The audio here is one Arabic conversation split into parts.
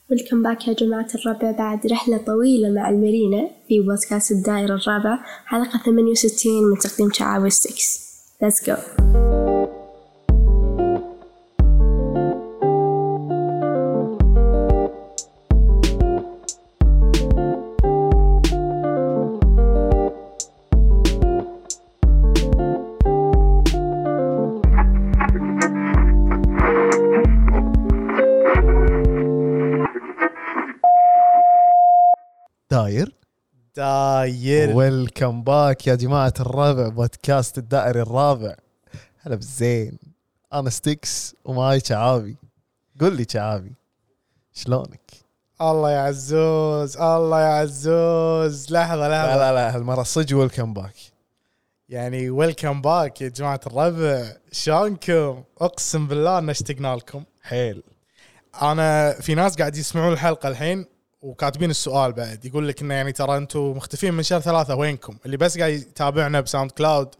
ولكم باك يا جماعة الربع بعد رحلة طويلة مع المارينا في بودكاست الدائرة الرابع حلقة 68 من تقديم شعاوي 6. Let's go. داير ويلكم باك يا جماعة الرابع بودكاست الدائري الرابع. هلا بالزين، أنا ستيكس ومعاي شعابي. قل لي شعابي شلونك؟ الله يا عزوز الله يا عزوز. لحظة لا هالمرة صج ويلكم باك، يعني ويلكم باك يا جماعة الرابع. شلونكم؟ أقسم بالله أن اشتقنا لكم حيل. أنا في ناس قاعد يسمعون الحلقة الحين وكاتبين السؤال بعد، يقول لك إنه يعني ترى أنتم مختفين من شهر 3، وينكم؟ اللي بس قاعد يتابعنا بساوند كلاود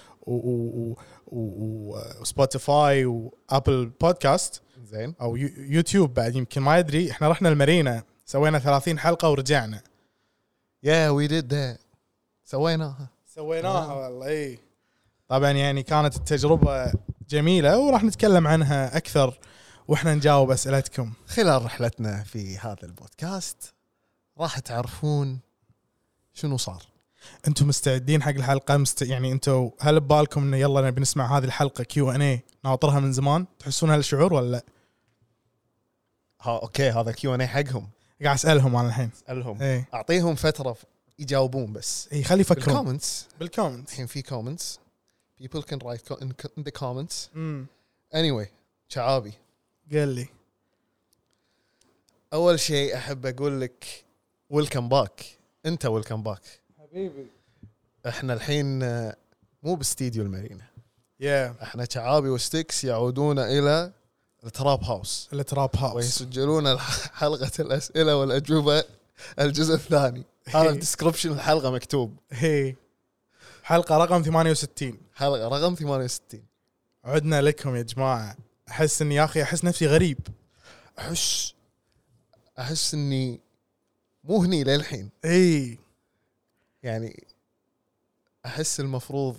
وسبوتيفاي وابل بودكاست زين، او يوتيوب بعد يمكن ما يدري. احنا رحنا المارينا سوينا 30 حلقة ورجعنا. we did that. سويناها والله. اي طبعا يعني كانت التجربة جميلة وراح نتكلم عنها أكثر وإحنا نجاوب أسئلتكم خلال رحلتنا في هذا البودكاست. راح تعرفون شنو صار. أنتم مستعدين حق الحلقة؟ يعني أنتم هل ببالكم إنه يلا نبي نسمع هذه الحلقة Q&A ناطرها من زمان؟ تحسون هالشعور ولا لا؟ أوكي، هذا Q&A حقهم. قاعد أسألهم أنا الحين. أسألهم ايه. أعطيهم فترة يجاوبون بس. إيه خلي يفكرون بالكومنتس. الحين في comments. People can write in the comments. Anyway شعابي قال لي أول شيء أحب أقول لك welcome back. أنت welcome back حبيبي. إحنا الحين مو باستديو المارينا. إحنا شعابي وستيكس يعودون إلى التراب هاوس ويسجلون حلقة الأسئلة والأجوبة الجزء الثاني. هذا الديسكريبشن الحلقة مكتوب. حلقة رقم 68. حلقة رقم 68. عدنا لكم يا جماعة. أحس إني يا أخي أحس نفسي غريب. أحس إني مو هني للحين. يعني أحس المفروض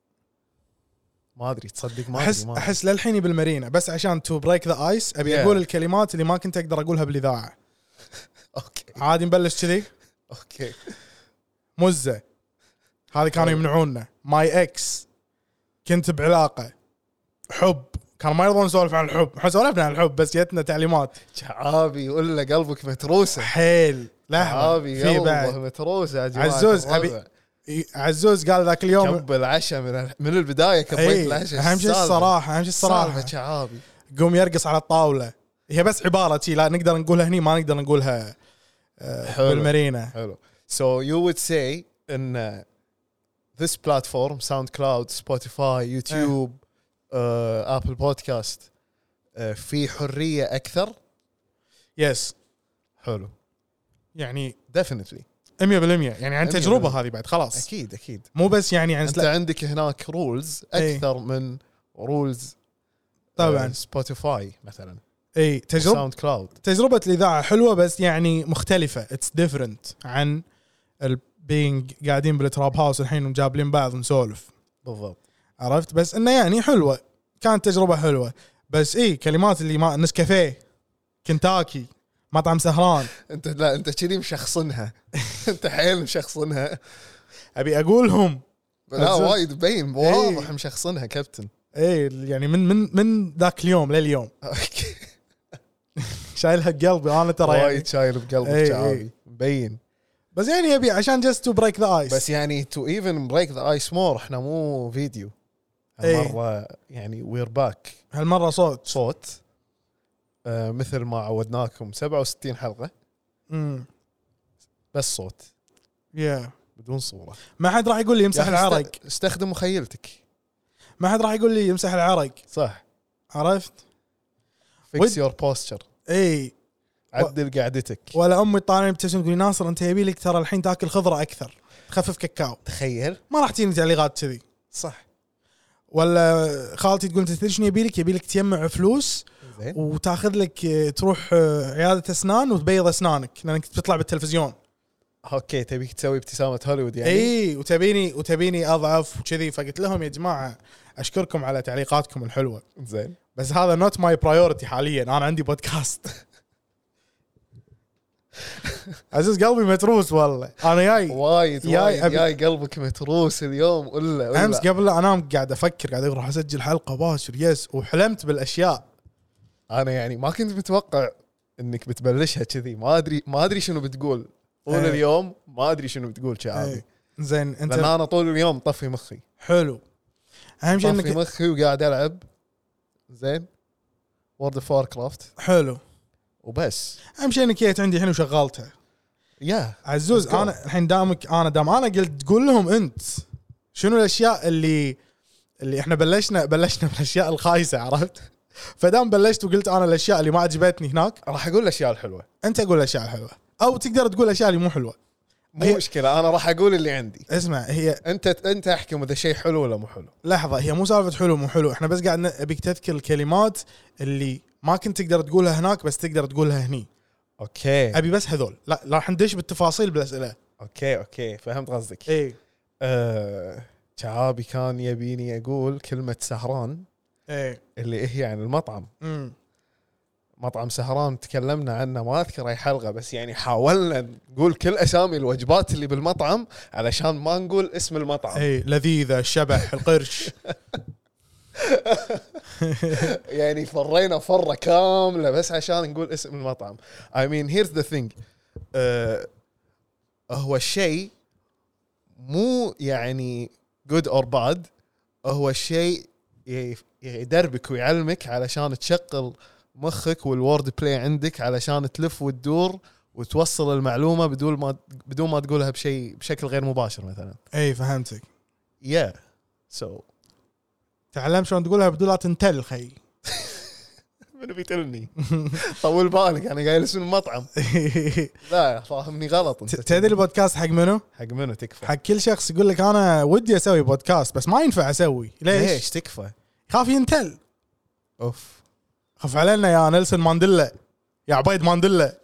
ما أدري، تصدق ما أدري. أحس للحين بالمارينا بس عشان to break the ice أبي أقول الكلمات اللي ما كنت أقدر أقولها بالإذاعة. أوكي عادي نبلش كذي. أوكي. مزة هذه كانوا يمنعوننا. ماي إكس كنت بعلاقة. حب كانوا ما يرضون نسولف عن الحب. احنا سولفنا عن الحب بس جتنا تعليمات. شعابي يقول له قلبك متروسة. حيل. شعابي في بعد متروسة يا جماعة. عزوز عزوز قال ذاك اليوم كب العشاء من البداية. كبيت العشاء. أهم شيء الصراحة. شعابي قوم يرقص على الطاولة. هي بس عبارة شي لا نقدر نقولها هني، ما نقدر نقولها بالمارينا. حلو. So you would say in this platform SoundCloud, Spotify, YouTube, Apple Podcast في حرية أكثر. Yes. حلو. يعني definitely 100% يعني عن تجربة هذه بعد خلاص. أكيد مو بس يعني عن أنت عندك هناك rules أكثر من rules طبعا سبوتيفاي مثلا. تجربة الإذاعة حلوة بس يعني مختلفة. It's different عن being قاعدين بالتراب هاوس الحين ومجابلين بعض نسولف. بالضبط. عرفت؟ بس إنه يعني حلوة، كانت تجربة حلوة. بس كلمات اللي ما نسكافيه، كنتاكي، مطعم سهران. انت كذي مشخصنها. انت حيل مشخصنها. ابي اقولهم. لا وايد باين واضح مشخصنها كابتن. يعني من ذاك اليوم لليوم. اوكي. شايلها بقلبي انا ترى. وايد شايل بقلبك شعابي. مبين. بس يعني ابي عشان just to break the ice. بس يعني to even break the ice more احنا مو فيديو هالمرة. يعني we're back هالمرة صوت مثل ما عودناكم 67 حلقة. بس صوت بدون صورة. ما حد راح يقول لي يمسح العرق. استخدم مخيلتك. ما حد راح يقول لي يمسح العرق. صح. عرفت. fix your posture. عدل قعدتك. ولا أمي طالعين بتسمع تقولي ناصر أنت يبي لك ترى الحين تاكل خضرة أكثر، تخفف كاكاو. تخيل ما راح تجيني تعليقات كذي. صح. ولا خالتي تقول أنت تدري شنو يبي لك تجمع فلوس زين. وتاخذ لك تروح عياده اسنان وتبيض اسنانك لانك بتطلع بالتلفزيون. اوكي تبيك تسوي ابتسامه هوليوود يعني. اي وتبيني اضعف وكذي. فقلت لهم يا جماعه اشكركم على تعليقاتكم الحلوه زين. بس هذا نوت ماي برايورتي حاليا. انا عندي بودكاست. عزيز قلبي متروس والله. انا جاي قلبك متروس اليوم ولا امس قبل لا انام قاعد افكر قاعد اروح اسجل حلقه باشر يس وحلمت بالاشياء. انا يعني ما كنت متوقع انك بتبلشها كذي. ما ادري شنو بتقول طول اليوم. ما ادري شنو بتقول شعبي. زين انت لان انا طول اليوم طفي مخي. حلو. اهم شيء طفي مخي وقاعد العب زين وورد اوف واركرافت. حلو وبس. اهم شيء انك جيت عندي الحين وشغلتها. يا عزوز انا الحين دام انا قلت تقول لهم انت شنو الاشياء اللي احنا بلشنا بالاشياء الخايسه عرفت. فدام بلشت وقلت انا الاشياء اللي ما عجبتني هناك راح اقول الاشياء الحلوه. انت اقول الاشياء الحلوه او تقدر تقول الاشياء اللي مو حلوه. مو مشكله انا راح اقول اللي عندي. اسمع هي انت احكم اذا شيء حلو ولا مو حلو. لحظه هي مو سالفه حلو مو حلو. احنا بس قاعد ابيك تذكر الكلمات اللي ما كنت تقدر تقولها هناك بس تقدر تقولها هني. اوكي ابي بس هذول. لا راح ندش بالتفاصيل بالاسئله. اوكي فهمت قصدك. اي شعابي كان يبيني اقول كلمه سهران. اي اللي هي عن المطعم. مطعم سهران تكلمنا عنه ما اذكر اي حلقه بس يعني حاولنا نقول كل اسامي الوجبات اللي بالمطعم علشان ما نقول اسم المطعم. اي لذيذه الشبح القرش. يعني فرينا فرة كاملة بس عشان نقول اسم المطعم. I mean here's the thing. هو الشيء مو يعني good or bad. هو الشيء يدربك ويعلمك علشان تشغل مخك والورد بلاي عندك علشان تلف وتدور وتوصل المعلومة بدون ما تقولها بشكل غير مباشر مثلا. اي فهمتك. so تعلم شلون تقولها بدون لا تنتل خي. منو بيتلني؟ طول بالك انا قايل اسم المطعم. لا فاهمني غلط. تدري البودكاست حق منو؟ حق منو تكفى؟ حق كل شخص يقول لك انا ودي اسوي بودكاست بس ما ينفع اسوي. ليش تكفى؟ خاف ينتل. اوف خف علينا يا نيلسون مانديلا يا عبيد مانديلا.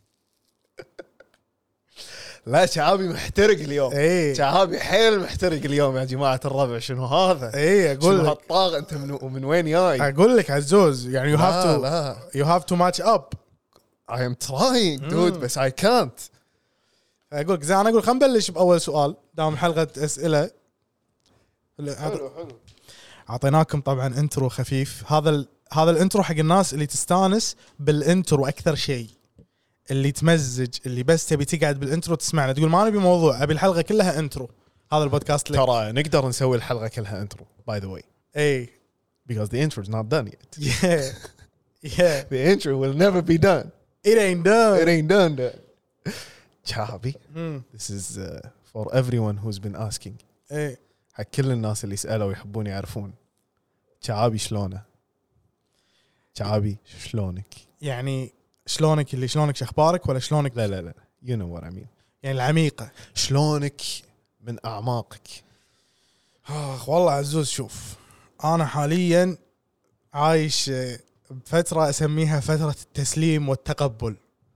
لا شعابي محترق اليوم. ايه شعابي حيل محترق اليوم يا جماعة الربع. شنو هذا؟ ايه اقول لك هالطاغ انت من وين جاي؟ اقول لك عزوز يعني you have to match up. I am trying dude بس I can't. اقول لك زين انا اقول خلينا نبلش باول سؤال دام حلقة اسئلة. حلو اعطيناكم طبعا انترو خفيف. هذا الانترو حق الناس اللي تستانس بالانترو اكثر شيء. اللي تمزج اللي بس تبي تقعد بالانترو تسمعنا تقول ما نبي موضوع ابي الحلقه كلها انترو. هذا البودكاست لك. ترى نقدر نسوي الحلقه كلها انترو by the way. اي because the intro is not done yet. yeah the intro will never be done. it ain't done شعبي this is for everyone who's been asking. اي حق كل الناس اللي سألوا يحبون يعرفون شعابي شلونه. شعابي شلونك يعني شلونك اللي شلونك شخبارك ولا شلونك. لا you know what I mean. يعني العميقة شلونك من أعماقك. والله عزوز شوف أنا حاليا عايش بفترة أسميها فترة التسليم والتقبل.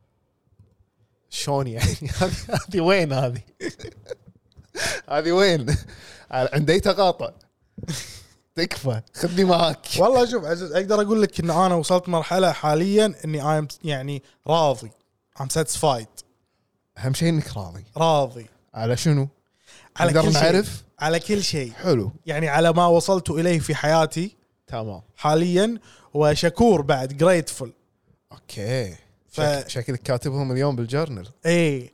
شلون يعني؟ هذه وين هذه؟ هذه وين؟ عندي تقاطع. تكفى خذني معاك. والله شوف عزيز اقدر اقول لك ان انا وصلت مرحله حاليا اني يعني راضي. I'm satisfied. اهم شيء انك راضي على شنو؟ على كل شيء. على كل شيء حلو يعني على ما وصلت اليه في حياتي تمام حاليا وشكور بعد grateful. اوكي شكلك كاتبهم اليوم بالجورنال. اي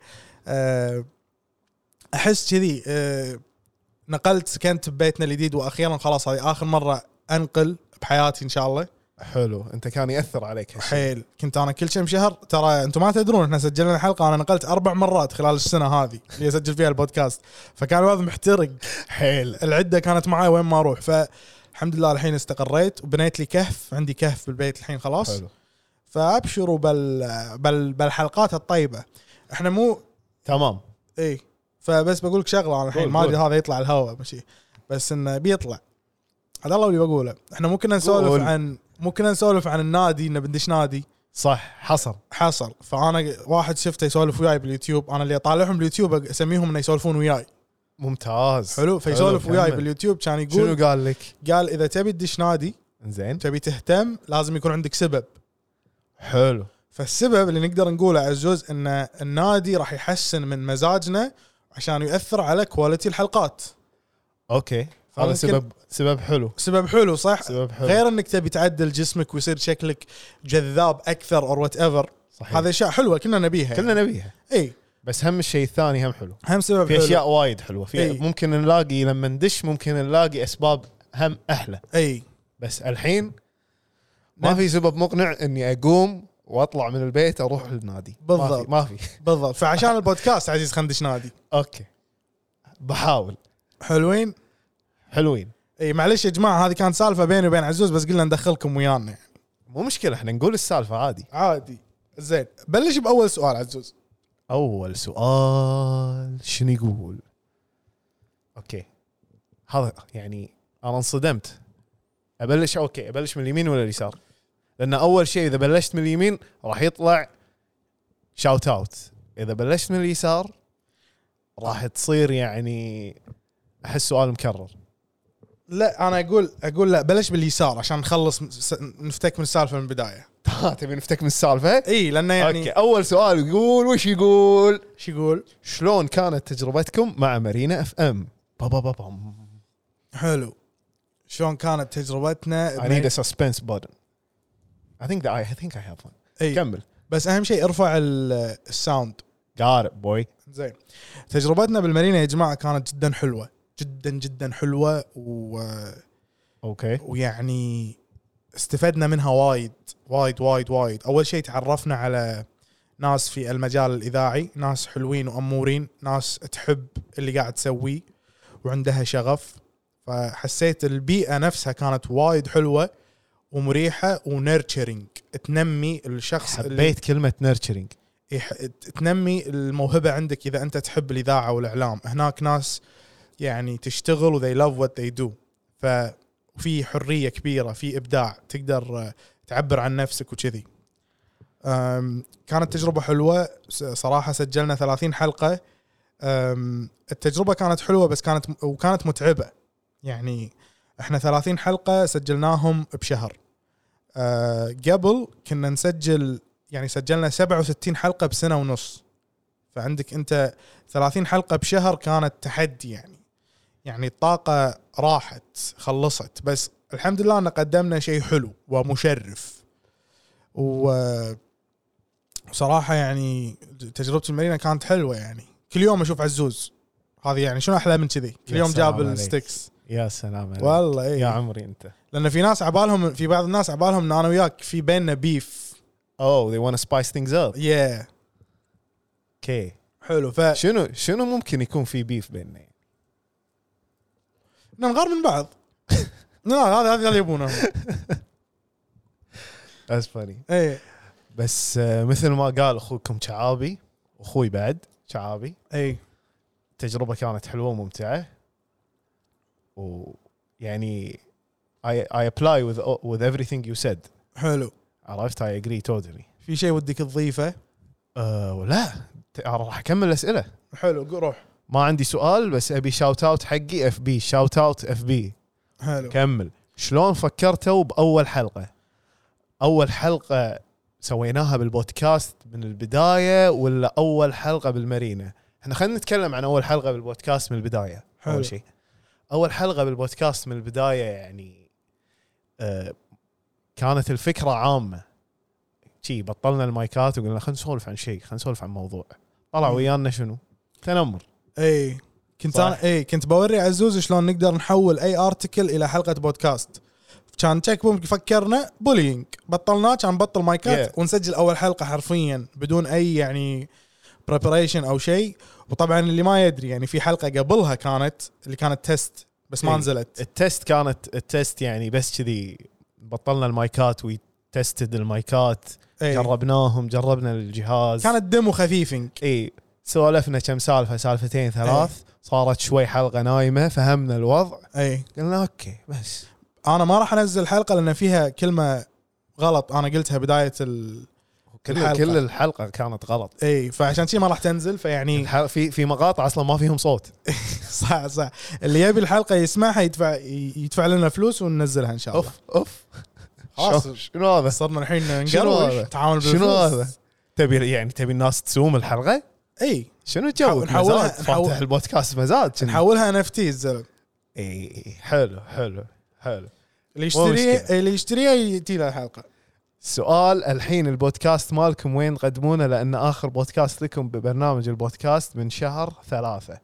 احس كذي. نقلت سكنت ببيتنا الجديد واخيرا خلاص هذه اخر مره انقل بحياتي ان شاء الله. حلو انت كان ياثر عليك هالشيء. حيل كنت انا كل كم شهر ترى انتم ما تدرون احنا سجلنا حلقه انا نقلت 4 مرات خلال السنه هذه اللي اسجل فيها البودكاست. فكان الوضع محترق حيل. العده كانت معي وين ما اروح. فالحمد لله الحين استقريت وبنيت لي كهف. عندي كهف بالبيت الحين خلاص. حلو. فابشروا بالحلقات الطيبه. احنا مو تمام. اي فبس بقولك شغله انا الحين ما ادري هذا يطلع الهواء ماشي بس انه بيطلع. هذا الله اللي بقوله. احنا ممكن نسولف عن مو كنا نسولف عن النادي إنه بندش نادي. صح حصل. فانا واحد شفته يسولف وياي باليوتيوب، انا اللي اطالعهم باليوتيوب اسميهم انه يسولفون وياي. ممتاز. حلو. فيسولف وياي باليوتيوب كان يقول شنو قال لك؟ قال اذا تبي تدش نادي زين تبي تهتم لازم يكون عندك سبب. حلو. فالسبب اللي نقدر نقوله عزوز ان النادي راح يحسن من مزاجنا عشان يؤثر على كواليتي الحلقات. اوكي هذا سبب حلو. سبب حلو صح. سبب حلو. غير انك تبي تعدل جسمك ويصير شكلك جذاب اكثر اور وات ايفر. هذا اشياء حلوه كلنا نبيها اي، بس هم الشيء الثاني هم حلو. هم سبب في حلو. اشياء وايد حلوه في أي. ممكن نلاقي لما ندش ممكن نلاقي اسباب هم احلى. اي بس الحين ما في سبب مقنع اني اقوم واطلع من البيت اروح للنادي. بالضبط. ما في بالضبط. فعشان البودكاست عزيز خندش نادي. اوكي بحاول. حلوين. اي معلش يا جماعه هذه كانت سالفه بيني وبين عزوز بس قلنا ندخلكم ويانا يعني. مو مشكله احنا نقول السالفه عادي. زين بلش باول سؤال عزوز. اول سؤال شنو يقول؟ اوكي هذا يعني انا انصدمت. ابلش من اليمين ولا اليسار؟ لان اول شيء اذا بلشت من اليمين راح يطلع شاوت اوت، اذا بلشت من اليسار راح تصير يعني احس سؤال مكرر. لا انا اقول لا بلش باليسار عشان نخلص نفتك من السالفه من البدايه. تبي نفتك من السالفه؟ اي لانه يعني اوكي اول سؤال يقول وش يقول؟ شلون كانت تجربتكم مع مارينا اف ام؟ حلو. شلون كانت تجربتنا؟ I need a suspense button. I think I have one. أي. كمل. بس اهم شيء ارفع الساوند. got it boy. زين. تجربتنا بالمارينا يا جماعه كانت جدا حلوه جدا حلوه اوكي ويعني استفدنا منها وايد. اول شيء تعرفنا على ناس في المجال الاذاعي، ناس حلوين وامورين، ناس تحب اللي قاعد تسويه وعندها شغف. فحسيت البيئه نفسها كانت وايد حلوه ومريحه ونيرتشرينج، تنمي الشخص. حبيت كلمه نيرتشرينج. تنمي الموهبه عندك اذا انت تحب الاذاعه والاعلام. هناك ناس يعني تشتغل و they love what they do، ففي حرية كبيرة، في إبداع، تقدر تعبر عن نفسك وكذي. كانت تجربة حلوة صراحة. سجلنا 30 حلقة. التجربة كانت حلوة بس كانت متعبة. يعني احنا 30 حلقة سجلناهم بشهر. قبل كنا نسجل يعني سجلنا 67 حلقة بسنة ونص. فعندك انت 30 حلقة بشهر كانت تحدي يعني الطاقة راحت خلصت. بس الحمد لله أن قدمنا شيء حلو ومشرف. وصراحة يعني تجربة المارينا كانت حلوة. يعني كل يوم أشوف عزوز هذه يعني شنو أحلى من كذي. كل يوم جاب الستيكس. يا سلام عليك. والله إيه. يا عمري أنت. لأن في بعض الناس عبالهم أن أنا وياك في بيننا بيف. they want to spice things up. yeah. اوكي حلو. شنو ممكن يكون في بيف بيننا؟ نغار من بعض. لا هذا اللي يبونه. that's funny. ايه بس مثل ما قال اخوكم شعابي واخوي بعد شعابي. اي التجربه كانت حلوه وممتعه ويعني I apply with everything you said. حلو. عرفت. I agree totally. في شيء ودك تضيفه؟ ولا راح اكمل اسئله. حلو روح. ما عندي سؤال بس ابي شاوت اوت حقي اف بي. شاوت اوت اف بي. حلو. كمل. شلون فكرتوا باول حلقه؟ اول حلقه سويناها بالبودكاست من البدايه ولا اول حلقه بالمارينا؟ احنا خلينا نتكلم عن اول حلقه بالبودكاست من البدايه. حلو. اول شيء اول حلقه بالبودكاست من البدايه يعني كانت الفكره عامه شي. بطلنا المايكات وقلنا خلينا نسولف عن شيء، خلينا نسولف عن موضوع. طلع ويانا شنو؟ تنمر. اي كنت بوري عزوز شلون نقدر نحول اي ارتكل الى حلقه بودكاست. كان تشيك بوم فكرنا بولينج بطلناه كان بطل مايكات ونسجل اول حلقه حرفيا بدون اي يعني بريباريشن او شيء. وطبعا اللي ما يدري يعني في حلقه قبلها كانت تيست بس ما نزلت. التست يعني بس كذي بطلنا المايكات وتستد المايكات. جربنا الجهاز. كانت ديمو خفيفين. سولفنا كم سالفتين ثلاث. صارت شوي حلقة نايمة. فهمنا الوضع. قلنا اوكي بس انا ما راح انزل حلقة لان فيها كلمة غلط، انا قلتها بدايه كل الحلقه كانت غلط. اي فعشان شي ما راح تنزل. فيعني في مقاطع اصلا ما فيهم صوت. صح اللي يبي الحلقه يسمعها يدفع لنا فلوس وننزلها ان شاء الله. اوف شنو هذا؟ صرنا الحين شنو نقروش هذا؟ تعامل بالفلوس. شنو هذا؟ تبي الناس تسوم الحلقه؟ اي شنو الجو؟ فاتح البودكاست مزاد. نحولها NFT الزلم. اي حلو اللي يشتريها يجي له الحلقه. سؤال الحين، البودكاست مالكم وين تقدمونه؟ لأن آخر بودكاست لكم ببرنامج البودكاست من شهر 3.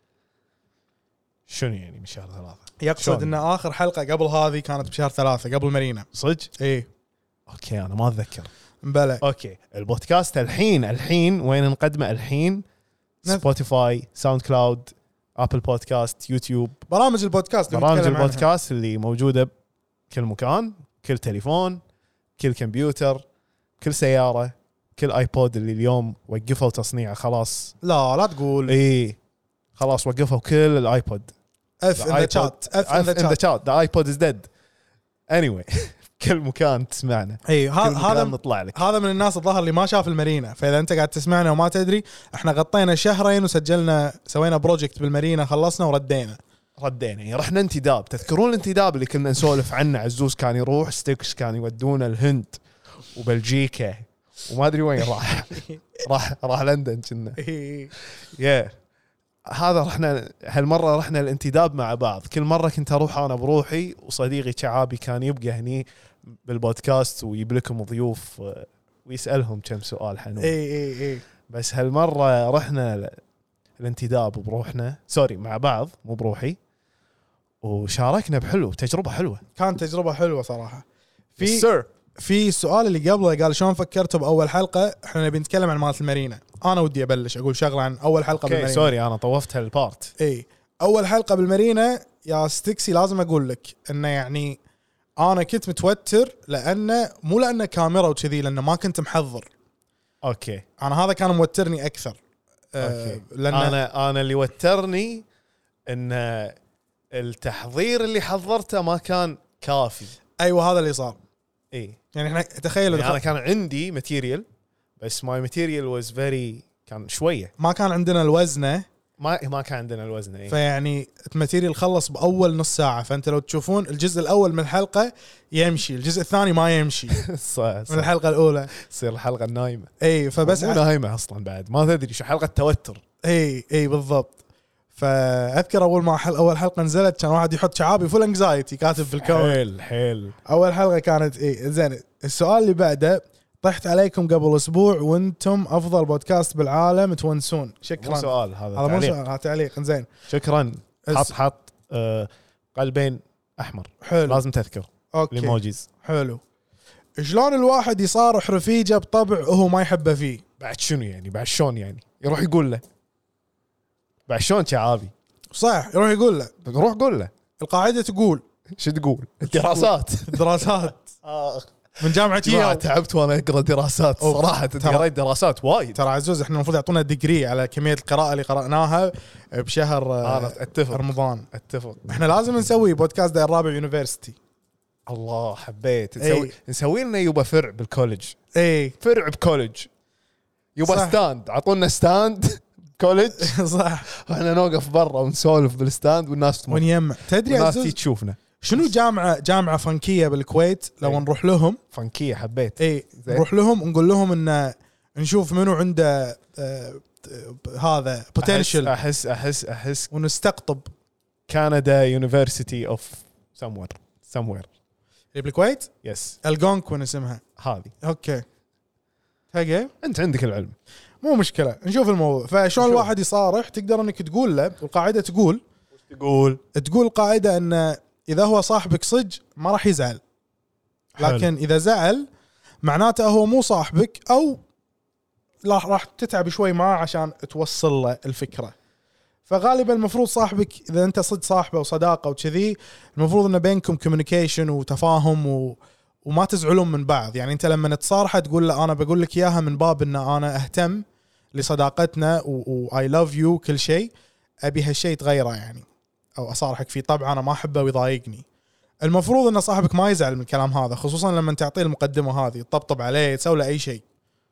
شنو يعني من شهر 3؟ يقصد ان اخر حلقه قبل هذه كانت بشهر 3 قبل مارينا. صدق؟ ايه اوكي انا ما اتذكر. بلى اوكي البودكاست الحين وين نقدمه الحين؟ سبوتيفاي، ساوند كلاود، ابل بودكاست، يوتيوب. برامج البودكاست اللي موجوده بكل مكان، كل تليفون، كل كمبيوتر، كل سياره، كل ايبود اللي اليوم وقفوا تصنيعه خلاص. لا تقول. ايه خلاص وقفوا كل الايبود. اف ان ذا شات ذا ايبود از ديد. anyway كل مكان تسمعنا. اي هذا نطلع لك. هذا من الناس الظاهر اللي ما شاف المارينا. فاذا انت قاعد تسمعنا وما تدري، احنا غطينا شهرين وسجلنا، سوينا بروجكت بالمارينا، خلصنا وردينا. يعني رحنا انتداب. تذكرون الانتداب اللي كنا نسولف عنه؟ عزوز كان يروح، ستيكس كان يودونا الهند وبلجيكا وما ادري وين راح لندن كنا. هذا رحنا هالمره، رحنا الانتداب مع بعض. كل مره كنت اروح انا بروحي، وصديقي شعابي كان يبقى هني بالبودكاست ويجيب لكم ضيوف ويسالهم كم سؤال حنون. اي بس هالمره رحنا الانتداب بروحنا، سوري مع بعض مو بروحي، وشاركنا بحلو. تجربه حلوه، كانت تجربه حلوه صراحه. في السؤال اللي قبله قال شلون فكرتوا باول حلقه؟ احنا نبي نتكلم عن مالت المارينا. انا ودي ابلش اقول شغله عن اول حلقه بالمارينا. سوري انا طوفت هالبارت. اي اول حلقه بالمارينا يا ستيكسي، لازم اقول لك انه يعني انا كنت متوتر، لانه كاميرا وكذي، لانه ما كنت محضر. اوكي انا هذا كان موترني اكثر. لأن انا اللي وترني ان التحضير اللي حضرته ما كان كافي. ايوه هذا اللي صار. اي يعني احنا تخيل يعني انا كان عندي ماتيريال، بس ماي ماتيريال واز فيري، كان شويه، ما كان عندنا الوزنه، ما كان عندنا الوزن. فيعني الماتيريال خلص باول نص ساعه. فانت لو تشوفون الجزء الاول من الحلقه يمشي، الجزء الثاني ما يمشي. صح. من الحلقه الاولى تصير الحلقه النايمه. اي فبس مو نايمه اصلا بعد، ما تدري شو حلقه توتر. اي بالضبط. فاذكر اول حلقه نزلت كان واحد يحط شعابي فول انكزايتي كاتب بالكون. حيل اول حلقه كانت زين. السؤال اللي بعده، طحت عليكم قبل اسبوع وانتم افضل بودكاست بالعالم، تونسون. شكرا. مو سؤال هذا مو سؤال، هذا تعليق. زين شكرا. حط قلبين احمر. حلو لازم تذكر. اوكي الايموجيز. حلو. شلون الواحد يصارح رفيجه بطبع وهو ما يحبه فيه؟ بعد شنو يعني؟ بعد شلون يعني؟ يروح يقول له بعد شلون شعابي؟ صح يروح يقول له. روح قول له. القاعده تقول شو تقول؟ الدراسات من جامعه ياو. تعبت وانا اقرا دراسات صراحه. قريت دراسات وايد. ترى عزوز احنا المفروض يعطونا ديجري على كميه القراءه اللي قراناها بشهر انا اتفق رمضان. اتفق. احنا لازم نسوي بودكاست داير الرابع يونيفرسيتي. الله حبيت نسوي لنا يبا فرع بالكوليج. فرع بكوليج يبا ستاند. عطونا ستاند كوليج. صح. واحنا نوقف برا ونسولف بالستاند والناس تمر ونيمع. تدري الناس تشوفنا. شنو جامعه فنكيه بالكويت لو نروح لهم. فنكيه حبيت. نروح لهم ونقول لهم ان نشوف منو عنده هذا بوتنشل. احس ونستقطب. كندا يونيفرسيتي اوف somewhere اللي بالكويت. يس الجونكون اسمها هذه. اوكي هاجي انت عندك العلم، مو مشكله. نشوف الموضوع. فشلون الواحد يصارح؟ تقدر انك تقول له. والقاعده تقول القاعده ان اذا هو صاحبك صج ما راح يزعل، لكن اذا زعل معناته هو مو صاحبك، او راح تتعب شوي معاه عشان توصل له الفكره. فغالبا المفروض صاحبك اذا انت صد صاحبه وصداقه وكذي، المفروض ان بينكم كوميونيكيشن وتفاهم وما تزعلون من بعض. يعني انت لما تصارحه تقول له انا بقول لك اياها من باب ان انا اهتم لصداقتنا واي لاف يو كل شيء، ابي هالشيء يتغيره يعني، او اصارحك فيه طبعا انا ما احبه ويضايقني. المفروض ان صاحبك ما يزعل من الكلام هذا، خصوصا لما تعطيه المقدمه هذه، تطبطب عليه، تسوي له اي شيء.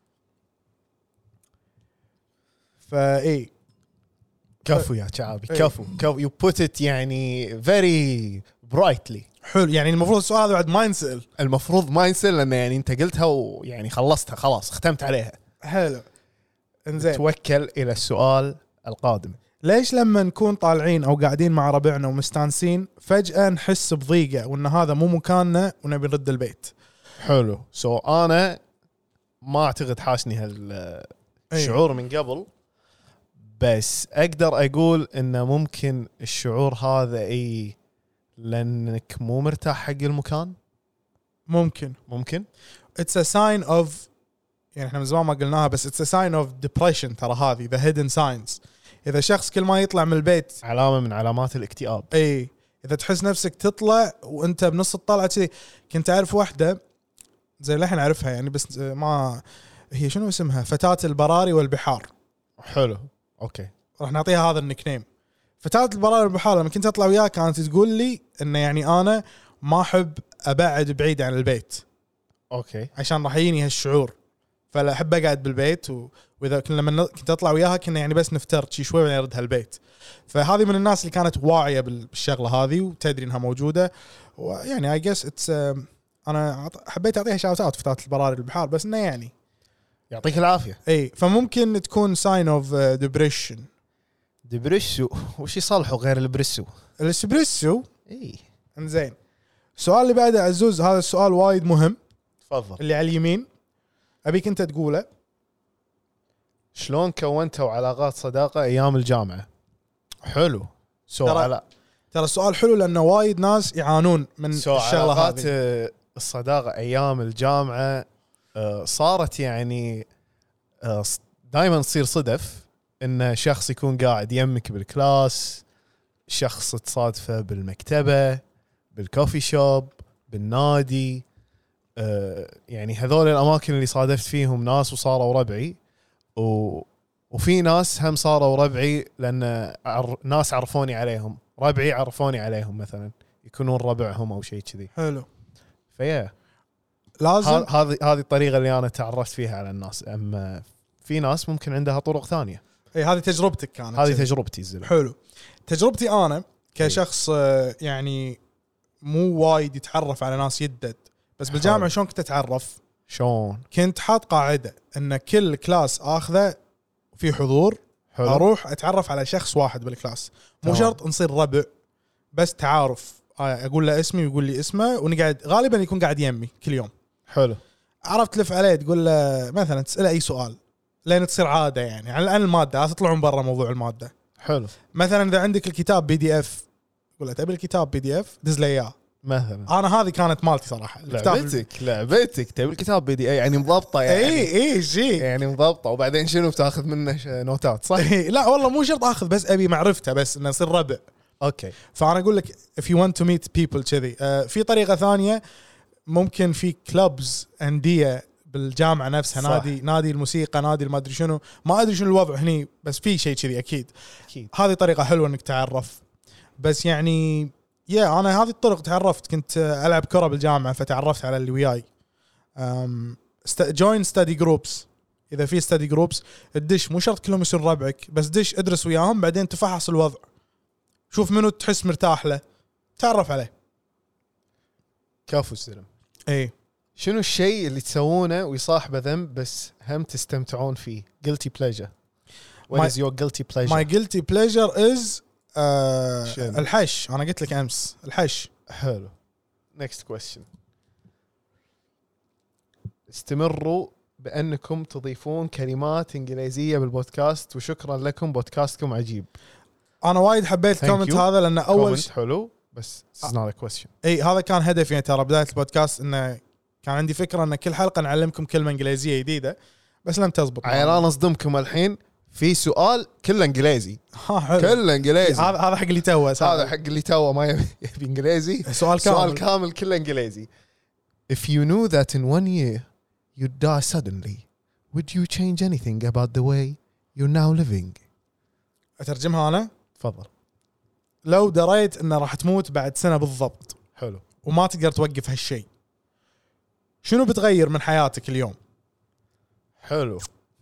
فاي كفو يا شعبي، كفو you put it يعني very brightly. حلو، يعني المفروض السؤال هذا بعد ما ينسأل. المفروض ما ينسى، لأن يعني أنت قلتها ويعني خلصتها خلاص، ختمت عليها. حلو، انزين. توكل إلى السؤال القادم. ليش لما نكون طالعين او قاعدين مع ربعنا ومستانسين فجأة نحس بضيقة وان هذا مو مكاننا ونبي نرد البيت؟ حلو. أنا ما أعتقد حاسني هالشعور من قبل، بس أقدر أقول إنه ممكن الشعور هذا لأنك مو مرتاح حق المكان. ممكن it's a sign of، يعني احنا من زمان ما قلناها، بس it's a sign of depression. ترى هذه the hidden signs. إذا شخص كل ما يطلع من البيت، علامة من علامات الاكتئاب. اي، إذا تحس نفسك تطلع وأنت بنص الطلعة كذي. كنت أعرف واحدة زي اللي احنا نعرفها يعني، بس ما هي شنو اسمها، فتاة البراري والبحار. حلو، أوكي، راح نعطيها هذا النكنيم، فتاة البراري والبحار. لما كنت أطلع وياها كانت تقول لي إنه يعني أنا ما أحب أبعد بعيد عن البيت، أوكي، عشان راح يجيني هالشعور، فلا أحب أقعد بالبيت. وإذا لما كنت أطلع وياها كنا يعني بس نفتر شي شوي ونردها البيت. فهذه من الناس اللي كانت واعية بالشغلة هذه وتدري إنها موجودة. ويعني I guess it's أنا حبيت أعطيها شاوت أوت فتاة البراري والبحار، بس إنه يعني يعطيك العافية. إيه، فممكن تكون sign of depression. دبريسو وش يصلحه غير البريسو؟ الاسبريسو. اي، انزين. السؤال اللي بعده عزوز، هذا السؤال وايد مهم، تفضل. اللي على اليمين ابيك انت تقوله. شلون كونتوا علاقات صداقة ايام الجامعة؟ حلو. ترى السؤال حلو لانه وايد ناس يعانون من الشغله علاقات هذه. الصداقة ايام الجامعة صارت يعني دائما تصير صدف ان شخص يكون قاعد يمك بالكلاس، شخص تصادفه بالمكتبة، بالكوفي شوب، بالنادي. يعني هذول الاماكن اللي صادفت فيهم ناس وصاروا ربعي، وفي ناس هم صاروا ربعي لان ناس عرفوني عليهم، ربعي عرفوني عليهم مثلا، يكونون ربعهم او شيء كذي. حلو. فيا لازم هذه الطريقة اللي انا تعرفت فيها على الناس. اما في ناس ممكن عندها طرق ثانية. اي، هذه تجربتك كانت. هذه تجربتي الزلمة. حلو. تجربتي انا كشخص يعني مو وايد يتعرف على ناس يدد، بس بالجامعة شلون كنت اتعرف؟ شلون؟ كنت حاط قاعدة ان كل كلاس اخذه في حضور. حلو. اروح اتعرف على شخص واحد بالكلاس، مو شرط نصير ربع، بس تعارف. اقول له اسمي ويقول لي اسمه، ونقعد غالبا يكون قاعد يمي كل يوم. حلو. عرفت تلف عليه تقول له مثلا، تسأله اي سؤال لين تصير عادة يعني عن المادة، تطلعون برا موضوع المادة. حلو. مثلا اذا عندك الكتاب PDF، قول له تبي الكتاب PDF دز لي اياه مثلا. انا هذه كانت مالتي صراحة. لعبتك تبي الكتاب PDF يعني مضبطة يعني. اي شيء يعني مضبطة. وبعدين شنو بتاخذ منه نوتات صح؟ لا والله مو شرط اخذ، بس ابي معرفته، بس انه يصير ربع. اوكي. فانا اقول لك if you want to meet people كذي. في طريقة ثانية، ممكن في كلوبز أندية بالجامعة نفسها. صح. نادي الموسيقى، نادي ما ادري شنو، ما ادري شنو الوضع هني، بس في شيء كذي اكيد. هذه طريقة حلوة انك تعرف. بس يعني انا هذه الطرق تعرفت. كنت العب كرة بالجامعة فتعرفت على اللي وياي. join study groups. اذا في study groups الدش، مو شرط كلهم يصير ربعك، بس دش ادرس وياهم، بعدين تفحص الوضع، شوف منو تحس مرتاح له، تعرف عليه. كفو السلام. اي. شنو الشيء اللي تسوونه ويصاحبه ذنب بس هم تستمتعون فيه؟ guilty pleasure. What is your guilty pleasure? My guilty pleasure is الحش. انا قلت لك امس الحش. حلو. next question. استمروا بأنكم تضيفون كلمات إنجليزية بالبودكاست، وشكرا لكم، بودكاستكم عجيب. أنا وايد حبيت الكومنت هذا، لأنه أول حلو، بس it's not a question. أي، هذا كان هدفي يعني. ترى بداية البودكاست إنه كان عندي فكرة إن كل حلقة نعلمكم كلمة إنجليزية جديدة، بس لم تزبط. عيال نصدمكم الحين في سؤال كله إنجليزي. حلو. كله إنجليزي. هذا حق اللي توه. هذا حق اللي توه ما يبي إنجليزي. سؤال كامل كله إنجليزي. If you knew that in 1 year you'd die suddenly, would you change anything about the way you're now living? أترجمها أنا. تفضل. لو دريت إنه راح تموت بعد سنة بالضبط، حلو، وما تقدر توقف هالشيء، شنو بتغير من حياتك اليوم؟ حلو.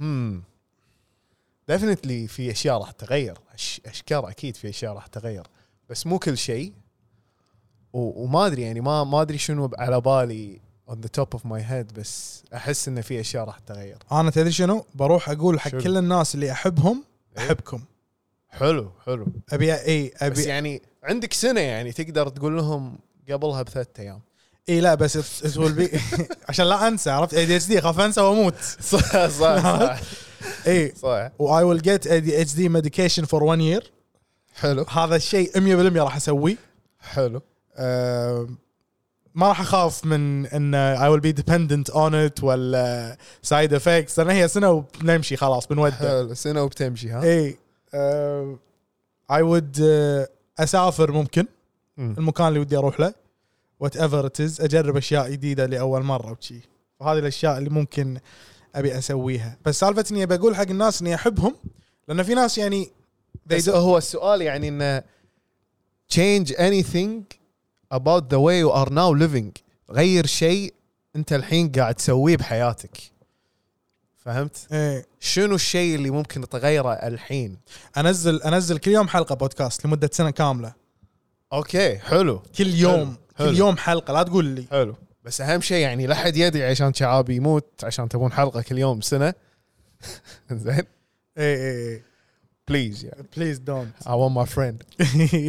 definitely في اشياء راح تغير، اشكال اكيد في اشياء راح تغير، بس مو كل شيء. وما ادري يعني ما ادري شنو على بالي on the top of my head، بس احس ان في اشياء راح تغير. انا تدري شنو بروح اقول حق شنو؟ كل الناس اللي احبهم احبكم. حلو ابي بس يعني عندك سنه يعني تقدر تقول لهم قبلها ب3 أيام. اي لا بس تقول بي عشان لا انسى، عرفت ADHD خاف انسى واموت. صح اي صح. و I will get ADHD medication for 1 year. حلو هذا الشيء 100% راح اسويه. حلو. ما راح اخاف من ان I will be dependent on it ولا side effects، لان هي سنه وبنمشي خلاص بنودع. حلو سنه وبتمشي. ها اي I would اسافر ممكن المكان اللي ودي اروح له whatever it is، اجرب اشياء جديده لاول مره وشي. فهذه الاشياء اللي ممكن ابي اسويها. بس سالفه اني بقول حق الناس اني احبهم، لان في ناس يعني بس هو السؤال يعني انه change anything about the way you are now living، غير شيء انت الحين قاعد تسويه بحياتك، فهمت؟ ايه. شنو الشيء اللي ممكن تغيره الحين؟ انزل كل يوم حلقه بودكاست لمده سنه كامله. اوكي حلو. كل يوم حلو. كل يوم حلقه، لا تقول لي. حلو. بس اهم شيء يعني لا حد يدري عشان شعابي يموت عشان تبون حلقه كل يوم سنه. زين. ايه بليز يعني بليز دونت. I want my friend.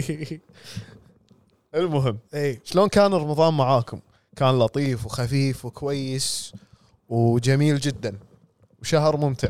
المهم ايه شلون كان رمضان معاكم؟ كان لطيف وخفيف وكويس وجميل جدا وشهر ممتع.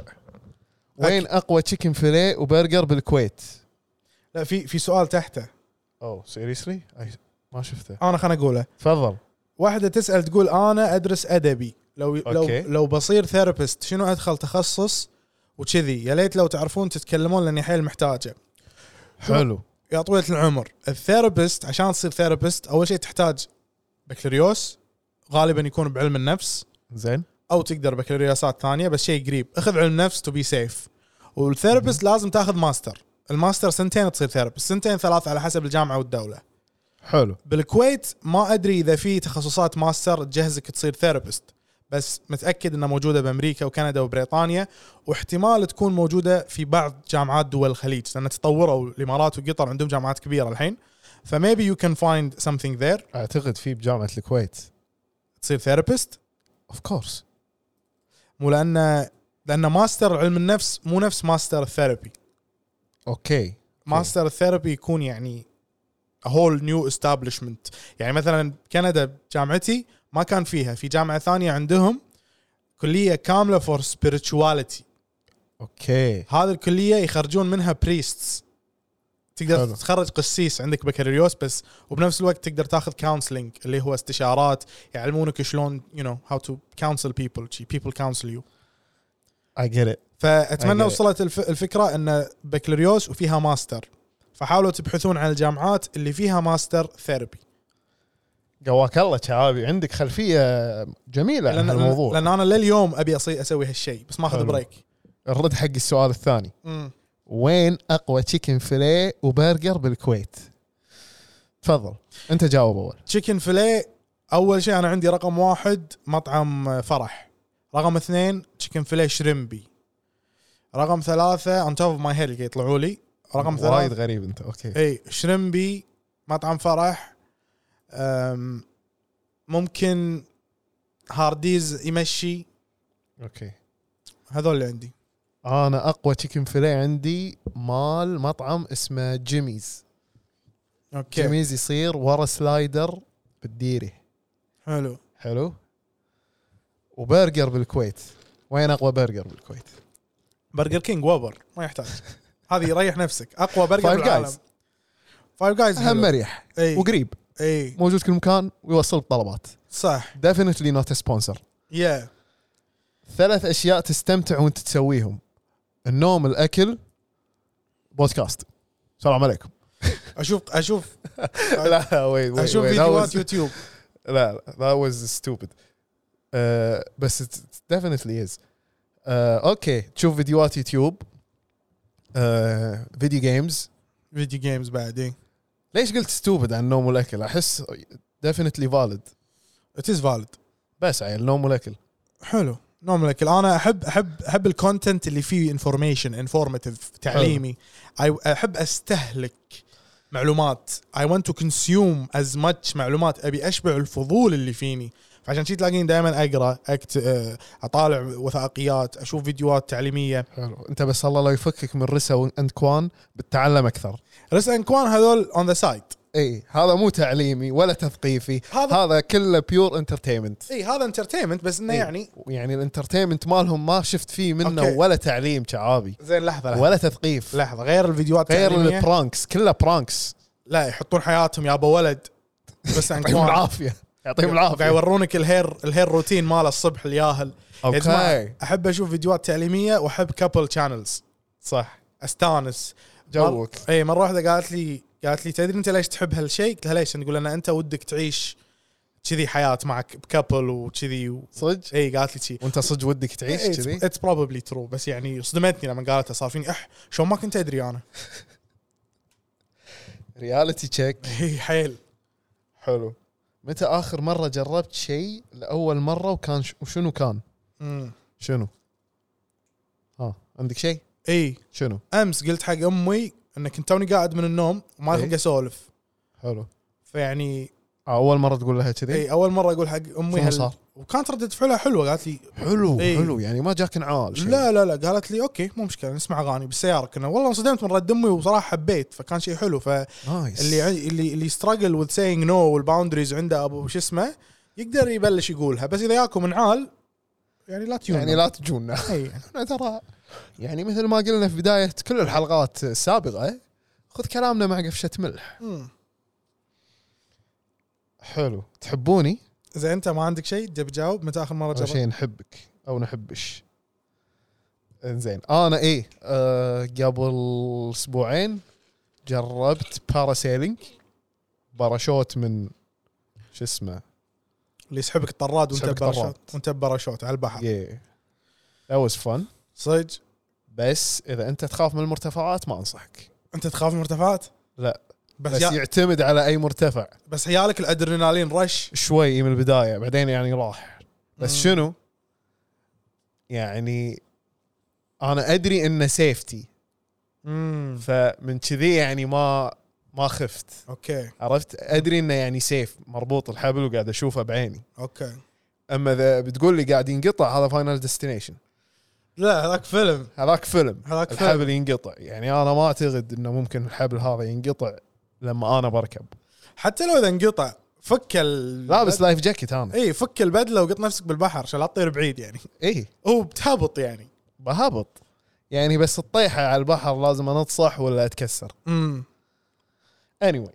وين اقوى تشيكن فيليه وبرجر بالكويت؟ لا في سؤال تحته. اوه سيريسلي ما شفته. انا خلنا اقوله. تفضل. واحدة تسأل تقول انا ادرس ادبي، أوكي. لو بصير ثيرابيست شنو ادخل تخصص وكذي؟ يا ليت لو تعرفون تتكلمون لاني حيل محتاجه. حلو. يا طويلة العمر، الثيرابيست عشان تصير ثيرابيست اول شيء تحتاج بكالوريوس، غالبا يكون بعلم النفس، زين. او تقدر بكالوريوسات ثانيه بس شيء قريب. اخذ علم نفس تو بي سيف. والثيرابيست لازم تاخذ ماستر. الماستر 2 تصير ثيرابيست، 2-3 على حسب الجامعه والدوله. حلو. بالكويت ما ادري اذا في تخصصات ماستر تجهزك تصير ثيرابيست، بس متاكد انها موجوده بامريكا وكندا وبريطانيا، واحتمال تكون موجوده في بعض جامعات دول الخليج لان تطوروا. الامارات وقطر عندهم جامعات كبيره الحين، فmaybe you can find something there. اعتقد في بجامعه الكويت تصير ثيرابيست اوف كورس. مو لان ماستر علم النفس مو نفس ماستر الثيرابي. اوكي. ماستر الثيرابي يكون يعني a whole new establishment. يعني مثلا كندا جامعتي ما كان فيها، في جامعة ثانية عندهم كلية كاملة for spirituality. اوكي. هذه الكلية يخرجون منها priests، تقدر حلو. تتخرج قسيس عندك بكالوريوس بس، وبنفس الوقت تقدر تاخذ counseling اللي هو استشارات، يعلمونك شلون you know how to counsel people counsel you. I get it. فأتمنى وصلت الفكرة أن بكالوريوس وفيها ماستر، فحاولوا تبحثون عن الجامعات اللي فيها ماستر ثيرابي. قواك الله شعابي، عندك خلفية جميلة عن الموضوع. لأن أنا لليوم أبي أسوي هالشيء بس ما أخذ بريك. الرد حق السؤال الثاني. وين أقوى تشيكن فيليه وبرجر بالكويت؟ تفضل أنت جاوب أول. تشيكن فيليه أول شيء أنا عندي رقم 1 مطعم فرح، رقم 2 تشيكن فيليه شريمبي، رقم 3 on top of my head اللي يطلعوا لي رقم 3 وايد غريب أنت. أوكي. اي شريمبي مطعم فرح، ممكن هارديز يمشي. اوكي. هذول اللي عندي. انا اقوى تشيكن فيليه عندي مال مطعم اسمه جيميز. اوكي. جيميز يصير ورا سلايدر بالديري. حلو. وبرجر بالكويت، وين اقوى برجر بالكويت؟ برجر كينج ووبر ما يحتاج. هذه يريح نفسك. اقوى برجر بالعالم فايف جايز. اهم مريح وقريب، موجود كل مكان ويوصل طلبات. صح. definitely not a sponsor. 3 أشياء تستمتع وانت تسويهم: النوم، الاكل، بودكاست. السلام عليكم. اشوف لا وين اشوف فيديوهات يوتيوب. لا that was stupid. بس it definitely is. اوكي تشوف فيديوهات يوتيوب، فيديو جيمز بعدين. ليش قلت stupid عن النوم والاكل؟ احس definitely valid. it is valid. بس عيل نوم والاكل. حلو. نوم الاكل. انا احب الكونتنت اللي فيه انفورماتيف تعليمي. احب استهلك معلومات. I want to consume as much معلومات. ابي اشبع الفضول اللي فيني. فعشان شي تلاقين دائما اقرا اطالع وثائقيات، اشوف فيديوهات تعليميه. حلو. انت بس الله لا يفكك من رسا واند كوان بالتعلم اكثر. رسا اند كوان هذول on the side. اي هذا مو تعليمي ولا تثقيفي، هذا كله بيور انترتينمنت. اي هذا انترتينمنت بس انه يعني الانترتينمنت مالهم ما شفت فيه منه أوكي. ولا تعليم شعابي. زين لحظه ولا تثقيف. لحظه غير الفيديوهات غير التعليميه، البرانكس كله برانكس. لا يحطون حياتهم يا ابو ولد. بس يعطيهم العافيه يعطيهم قاعد العافيه. يورونك الهير روتين ماله الصبح الياهل. يا جماعة، اوكي احب اشوف فيديوهات تعليميه واحب كابل شانلز. صح استانس جوك. اي مره واحده قالت لي تدري انت ليش تحب هالشيء؟ قلت لها ليش؟ تقول ان انت ودك تعيش كذي حياه معك بكابل وكذي صدق. اي قالت لي شيء وانت صدق ودك تعيش كذي؟ اتس بروبلي ترو، بس يعني صدمتني لما قالتها. صار فيني شلون ما كنت ادري انا. رياليتي تشيك. هي حيل حلو. متى اخر مره جربت شيء لاول مره وكان وشنو كان؟ شنو؟ عندك شيء؟ اي شنو؟ امس قلت حق امي ان كنت توني قاعد من النوم وما إيه؟ الحق اسولف. حلو. فيعني اول مره تقول لها كذي؟ اي اول مره اقول حق امي شنو صار؟ وكانت ردة فعلها حلوه. قالت لي حلو. إيه؟ حلو يعني ما جاك انعال شيء؟ لا قالت لي اوكي مو مشكله نسمع اغاني بالسياره. كنا والله انصدمت من رد امي وصراحه حبيت، فكان شيء حلو. نايس. اللي ستراجل وذ سينج نو والباوندريز عنده ابو شو اسمه يقدر يبلش يقولها. بس اذا ياكم انعال يعني لا تجونا. يعني لا تجونا. اي ترى يعني مثل ما قلنا في بدايه كل الحلقات السابقه، خذ كلامنا مع قفشه ملح. حلو. تحبوني؟ اذا انت ما عندك شيء تجي تجاوب. متى اخر مره جربت شيء؟ نحبك او نحبش. انزين انا قبل اسبوعين جربت باراسيلينج، باراشوت من شو اسمه اللي يسحبك الطراد وانت بباراشوت على البحر. that was fun صدق. بس اذا انت تخاف من المرتفعات ما انصحك. انت تخاف من المرتفعات؟ لا بس يعتمد على اي مرتفع. بس عيالك الادرينالين رش شوي من البدايه بعدين يعني راح. بس شنو يعني انا ادري انه سيفتي، فمن كذي يعني ما خفت. اوكي عرفت. ادري انه يعني سيف، مربوط الحبل وقاعد اشوفه بعيني. اوكي. اما اذا بتقول لي قاعد ينقطع هذا فاينل ديستنيشن. لا هذاك فيلم الحبل ينقطع. يعني انا ما اعتقد انه ممكن الحبل هذا ينقطع لما انا بركب. حتى لو اذا انقطع فك لابس لايف جاكيت انا. اي فك البدله وقط نفسك بالبحر عشان لا تطير بعيد يعني. اي هو بتهبط يعني. بهبط يعني، بس الطيحه على البحر لازم انتصح ولا اتكسر. anyway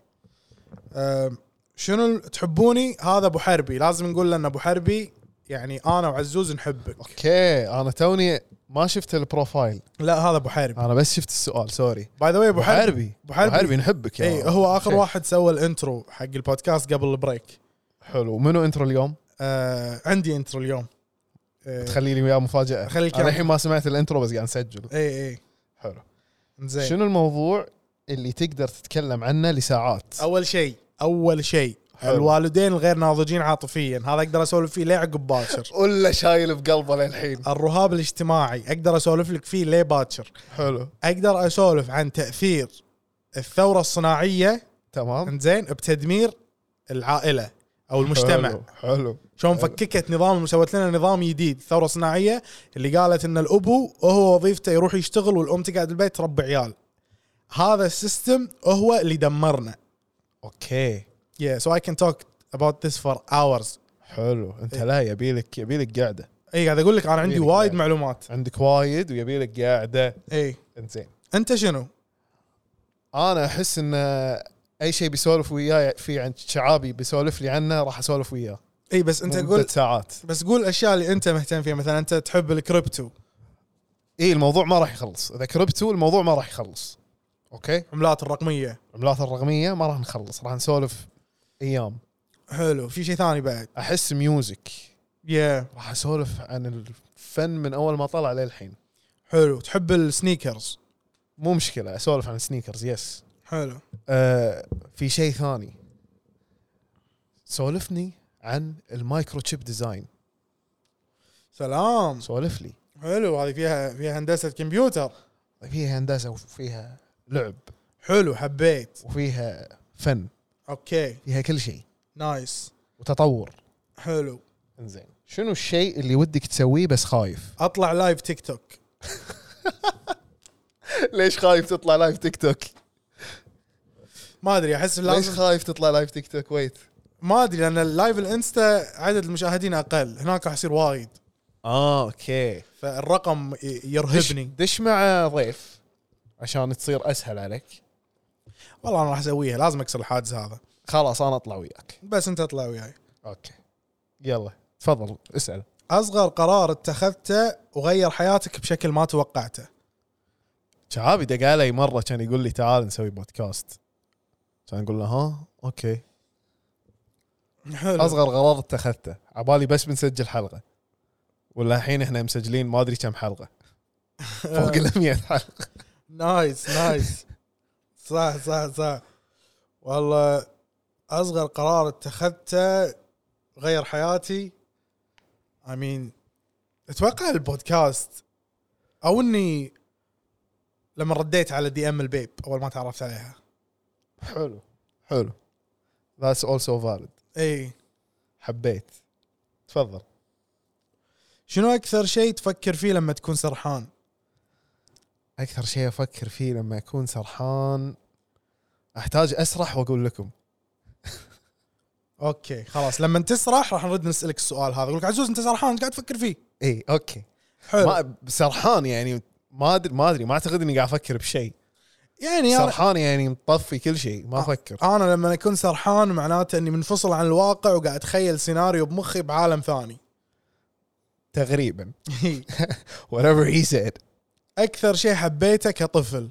شنو تحبوني؟ هذا ابو حربي. لازم نقول له ان ابو حربي يعني انا وعزوز نحبك. اوكي. انا توني ما شفت البروفايل. لا هذا ابو حربي. انا بس شفت السؤال سوري. باي ذا واي ابو حربي نحبك يا اي هو اخر واحد سوى الانترو حق البودكاست قبل البريك. حلو. منو انترو اليوم؟ عندي انترو اليوم. تخلي لي وياه مفاجاه. انا الحين ما سمعت الانترو بس قاعد نسجل. اي حلو. زين. شنو الموضوع اللي تقدر تتكلم عنه لساعات؟ اول شيء الوالدين الغير ناضجين عاطفيا. هذا اقدر اسولف فيه ليه عقب باكر. ولا شايل بقلبه للحين. الرهاب الاجتماعي اقدر اسولف لك فيه ليه باكر. حلو. اقدر اسولف عن تاثير الثوره الصناعيه تمام زين بتدمير العائله او المجتمع. حلو. شلون فككت نظام وسوت لنا نظام جديد. الثوره الصناعيه اللي قالت ان الابو هو وظيفته يروح يشتغل والام تقعد البيت تربي عيال. هذا السيستم هو اللي دمرنا. اوكي. so I can talk about this for hours. حلو. انت لا يبيلك قاعده. اي قاعد اقول لك انا عندي وايد معلومات. عندك وايد ويبيلك قاعده. اي انزين. انت شنو؟ انا احس ان اي شيء بيسولف وياي في عن شعابي بيسولف لي عنه راح اسولف وياه. اي بس انت قول ساعات. بس قول الاشياء اللي انت مهتم فيها. مثلا انت تحب الكريبتو. اي الموضوع ما راح يخلص. اذا كريبتو الموضوع ما راح يخلص. اوكي. عملات الرقميه ما راح نخلص. راح نسولف ايام. حلو. في شيء ثاني بعد؟ احس ميوزك. راح اسولف عن الفن من اول ما طلع للحين. حلو. تحب السنيكرز؟ مو مشكله اسولف عن السنيكرز. يس. حلو. في شيء ثاني سولفني عن المايكرو تشيب ديزاين. سلام. سولف لي. حلو. هذه فيها هندسة كمبيوتر، فيها هندسة وفيها لعب، حلو حبيت، وفيها فن، اوكي فيها كل شيء، نايس وتطور. حلو. انزين، شنو الشيء اللي ودك تسويه بس خايف؟ اطلع لايف تيك توك. ليش خايف تطلع لايف تيك توك؟ ما ادري، احس ليش لازم، خايف تطلع لايف تيك توك؟ ويت، ما ادري، لان اللايف الانستا عدد المشاهدين اقل، هناك راح يصير وايد، اوكي. فالرقم يرهبني. دش مع ضيف عشان تصير اسهل عليك. والله انا راح اسويها، لازم اكسر الحاجز هذا. خلاص انا اطلع وياك. بس انت اطلع وياي. اوكي يلا تفضل اسال. اصغر قرار اتخذته وغير حياتك بشكل ما توقعته. شعابي دق علي مره كان يقول لي تعال نسوي بودكاست، كان اقول له ها اوكي. حلو. اصغر قرار اتخذته عبالي بس بنسجل حلقه، ولا الحين احنا مسجلين ما ادري كم حلقه، فوق ال 100 حلقه. نايس نايس. صح. والله اصغر قرار اتخذته غير حياتي، اتوقع البودكاست، او اني لما رديت على دي ام البيب اول ما تعرفت عليها. حلو that's also valid. اي. حبيت. تفضل. شنو اكثر شيء تفكر فيه لما تكون سرحان؟ اكثر شيء افكر فيه لما اكون سرحان، احتاج اسرح واقول لكم. اوكي خلاص، لما تسرح راح نرد نسالك السؤال هذا، اقول لك عزوز انت سرحان قاعد تفكر فيه؟ اي اوكي. حلو. ما سرحان يعني ما ادري ما اعتقد اني قاعد افكر بشيء يعني سرحان، يعني مطفي كل شيء ما افكر. انا لما اكون سرحان معناته اني منفصل عن الواقع وقاعد اتخيل سيناريو بمخي بعالم ثاني تقريبا. whatever he said. اكثر شيء حبيته كطفل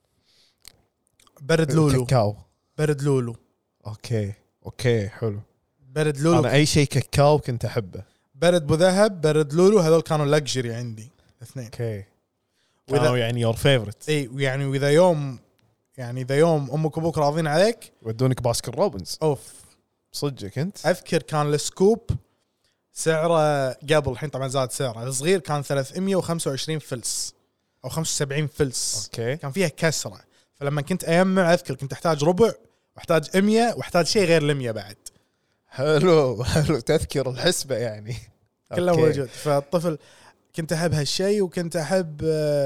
برد لولو. كاكاو. برد لولو. اوكي حلو. برد لولو. انا اي شيء كاكاو كنت احبه. برد بو ذهب، برد لولو، هذول كانوا لكجري عندي الاثنين. اوكي. كانوا يعني يور فيفورت. اي، ويعني واذا يوم امك وابوك راضين عليك ودونك باسكن روبنز. اوف صدقك انت؟ اذكر كان السكوب سعره قبل، الحين طبعا زاد سعره، الصغير كان 325 فلس او 75 فلس. اوكي. كان فيها كسره، فلما كنت اجمع اذكر كنت احتاج ربع واحتاج 100 واحتاج شيء غير 100 بعد. حلو تذكر الحسبه يعني كله موجود. فالطفل كنت احب هالشيء، وكنت احب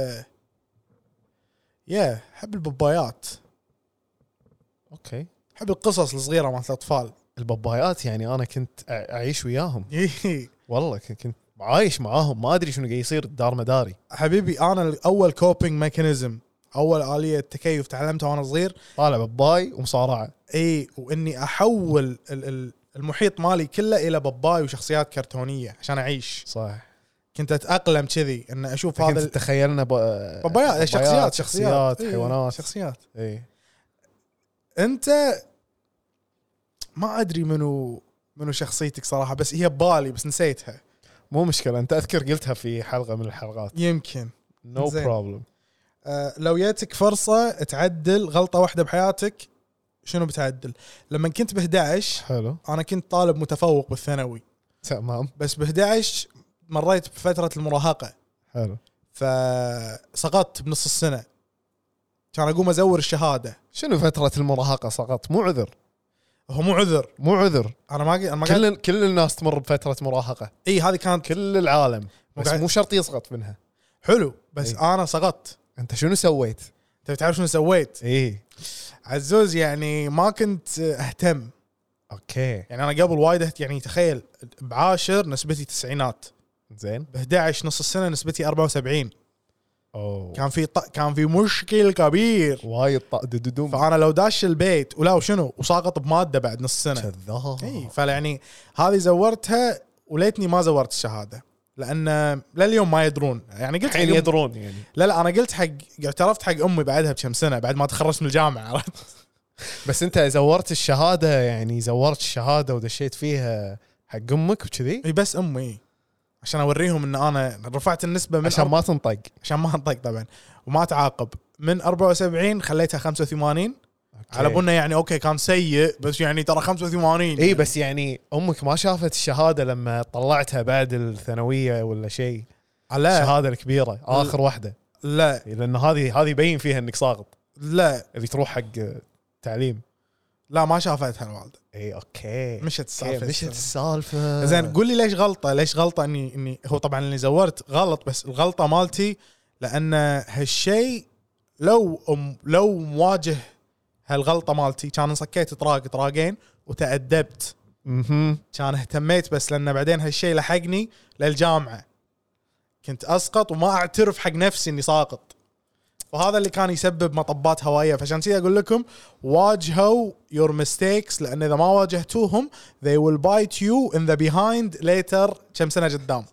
احب البابايات. اوكي. احب القصص الصغيره مال الاطفال. البابايات يعني انا كنت اعيش وياهم. والله كنت عايش معاهم، ما ادري شنو قاعد يصير الدار مداري. حبيبي انا الاول كوبينج ميكانيزم، اول آلية تكيف تعلمتها وانا صغير، طالع باباي ومصارعه. اي، واني احول المحيط مالي كله الى باباي وشخصيات كرتونيه عشان اعيش. صح. كنت اتاقلم كذي ان اشوف كنت هذا تخيلنا بابايات، شخصيات إيه. حيوانات. شخصيات. اي. انت ما ادري منو شخصيتك صراحه، بس هي ببالي بس نسيتها. مو مشكله، انت اذكر قلتها في حلقه من الحلقات. يمكن. نو بروبلم. لو جاتك فرصه تعدل غلطه واحده بحياتك شنو بتعدل؟ لما كنت ب11 حلو. انا كنت طالب متفوق بالثانوي، تمام. بس ب11 مريت بفتره المراهقه. حلو. فسقطت بنص السنه، كان اقوم ازور الشهاده. شنو فتره المراهقه سقط؟ مو عذر. هو مو عذر. انا ما كل الناس تمر بفتره مراهقه. اي هذه كانت كل العالم، بس مو شرط يسقط منها. حلو. بس انا سقطت. انت شنو سويت؟ انت بتعرف شنو سويت؟ ايه عزوز، يعني ما كنت اهتم. اوكي. يعني انا قبل وايد يعني تخيل ب10 نسبتي 90، زين. ب11 نص السنه نسبتي 74. اوه. كان في مشكل كبير وايد ددوم. فانا لو داش البيت ولا وشنو وساقط بماده بعد نص سنه كذاب. اي، فيعني هذه زورتها وليتني ما زورت الشهاده، لان لليوم ما يدرون. يعني قلت الحين يدرون يعني. لا انا قلت اعترفت حق امي بعدها بكم سنه بعد ما تخرجت من الجامعه، عرفت؟ بس انت زورت الشهاده، يعني زورت الشهاده ودشيت فيها حق امك وكذي؟ اي بس امي، عشان اوريهم ان انا رفعت النسبه من عشان ما تنطق. عشان ما انطق طبعا وما تعاقب. من 74 خليتها 85 على بنا يعني اوكي كان سيء بس يعني ترى 85. اي بس يعني امك ما شافت الشهاده لما طلعتها بعد الثانويه ولا شيء؟ لا الشهاده الكبيره اخر واحده، لا لان هذه يبين فيها انك ساقط، لا اللي تروح حق تعليم. لا ما شافتها الوالده. اي اوكي مشت السالفه مشت السالفه. زين قول لي ليش غلطه اني هو طبعا اللي زورت غلط، بس الغلطه مالتي لان هالشيء لو مواجه هالغلطه مالتي كان انصكيت طراقين وتأدبت. كان اهتميت، بس لان بعدين هالشيء لحقني للجامعه كنت اسقط وما اعترف حق نفسي اني ساقط، وهذا اللي كان يسبب مطبات هوائيه. فعشان كذا اقول لكم واجهوا your mistakes، لان اذا ما واجهتوهم they will bite you in the behind later كم سنه قدام.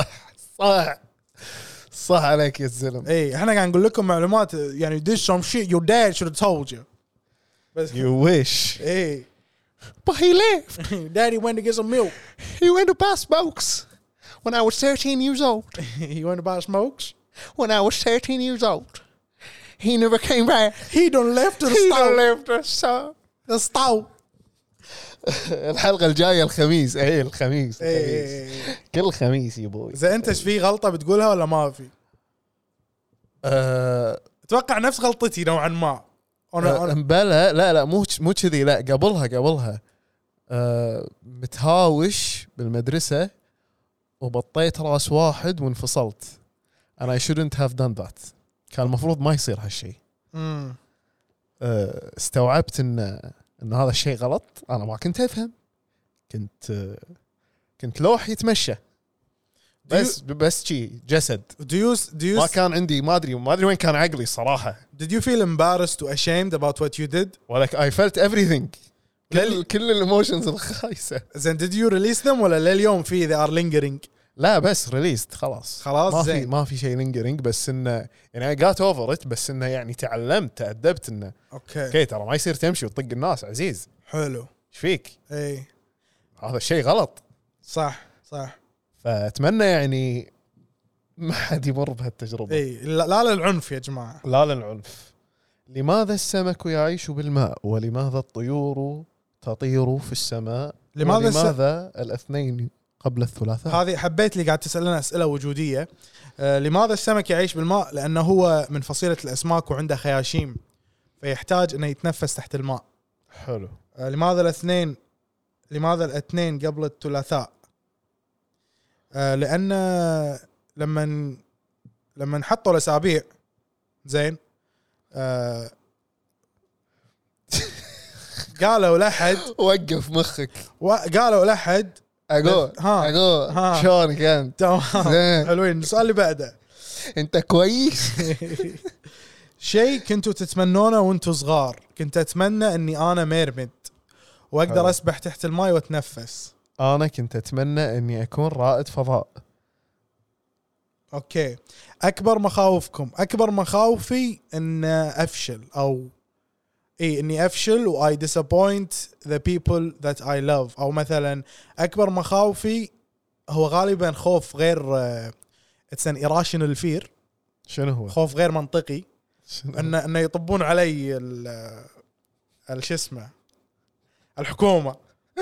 صح عليك يا الزلم. اي احنا قاعد نقول لكم معلومات يعني did some shit your dad should have told you. بس You wish. اي But he left. daddy went to get some milk. He went to buy smokes when I was 13 years old. He went to buy smokes. When I was 13 years old. He never came back. He done left the He done stove. left the stove. The stove. الحلقة الجاية الخميس. الخميس. إيه. كل خميس يا بوي. إذا أنت في غلطة بتقولها ولا ما في؟ أتوقع نفس غلطتي نوعا ما. بلا لا مو كذي، لا قبلها متهاوش بالمدرسة وبطيت راس واحد وانفصلت. and I shouldn't have done that. كان المفروض ما يصير هالشيء. استوعبت ان هذا الشيء غلط. انا ما كنت افهم، كنت لوح يتمشى بس شي جسد. ما كان عندي ما ادري وين كان عقلي صراحة. Did you feel embarrassed or ashamed about what you did? ولك I felt everything. كل الايموشنز الخايسة. زين did you release them ولا لليوم في they are lingering؟ لا بس ريليست خلاص ما في شيء لينجرينج، بس انه يعني I got over it، بس انه يعني تأدبت انه اوكي ترى ما يصير تمشي وتطق الناس عزيز. حلو. ايش فيك؟ اي هذا الشيء غلط. صح فاتمنى يعني ما حد يمر بهالتجربة. اي لا للعنف يا جماعة، لا للعنف. لماذا السمك يعيش بالماء ولماذا الطيور تطير في السماء؟ لماذا الاثنين قبل الثلاثاء؟ هذه حبيت اللي قاعد تسألنا أسئلة وجودية. لماذا السمك يعيش بالماء؟ لأنه هو من فصيلة الأسماك وعنده خياشيم فيحتاج أنه يتنفس تحت الماء. حلو. لماذا الاثنين قبل الثلاثاء؟ لأن لما حطوا الأسابيع زين قالوا لحد وقف مخك. قالوا لحد اقول شلونك انت؟ تمام حلوين. السؤال اللي بعده انت كويس؟ شيء كنتوا تتمنونه وانتوا صغار. كنت اتمنى اني انا ميرمد واقدر اسبح تحت الماء واتنفس. انا كنت اتمنى اني اكون رائد فضاء. اوكي. اكبر مخاوفي ان افشل او اني افشل و I disappoint the people that I love. او مثلا اكبر مخاوفي هو غالبا خوف غير it's an irrational fear. شنو هو؟ خوف غير منطقي. انه يطبون علي شو اسمه الحكومة.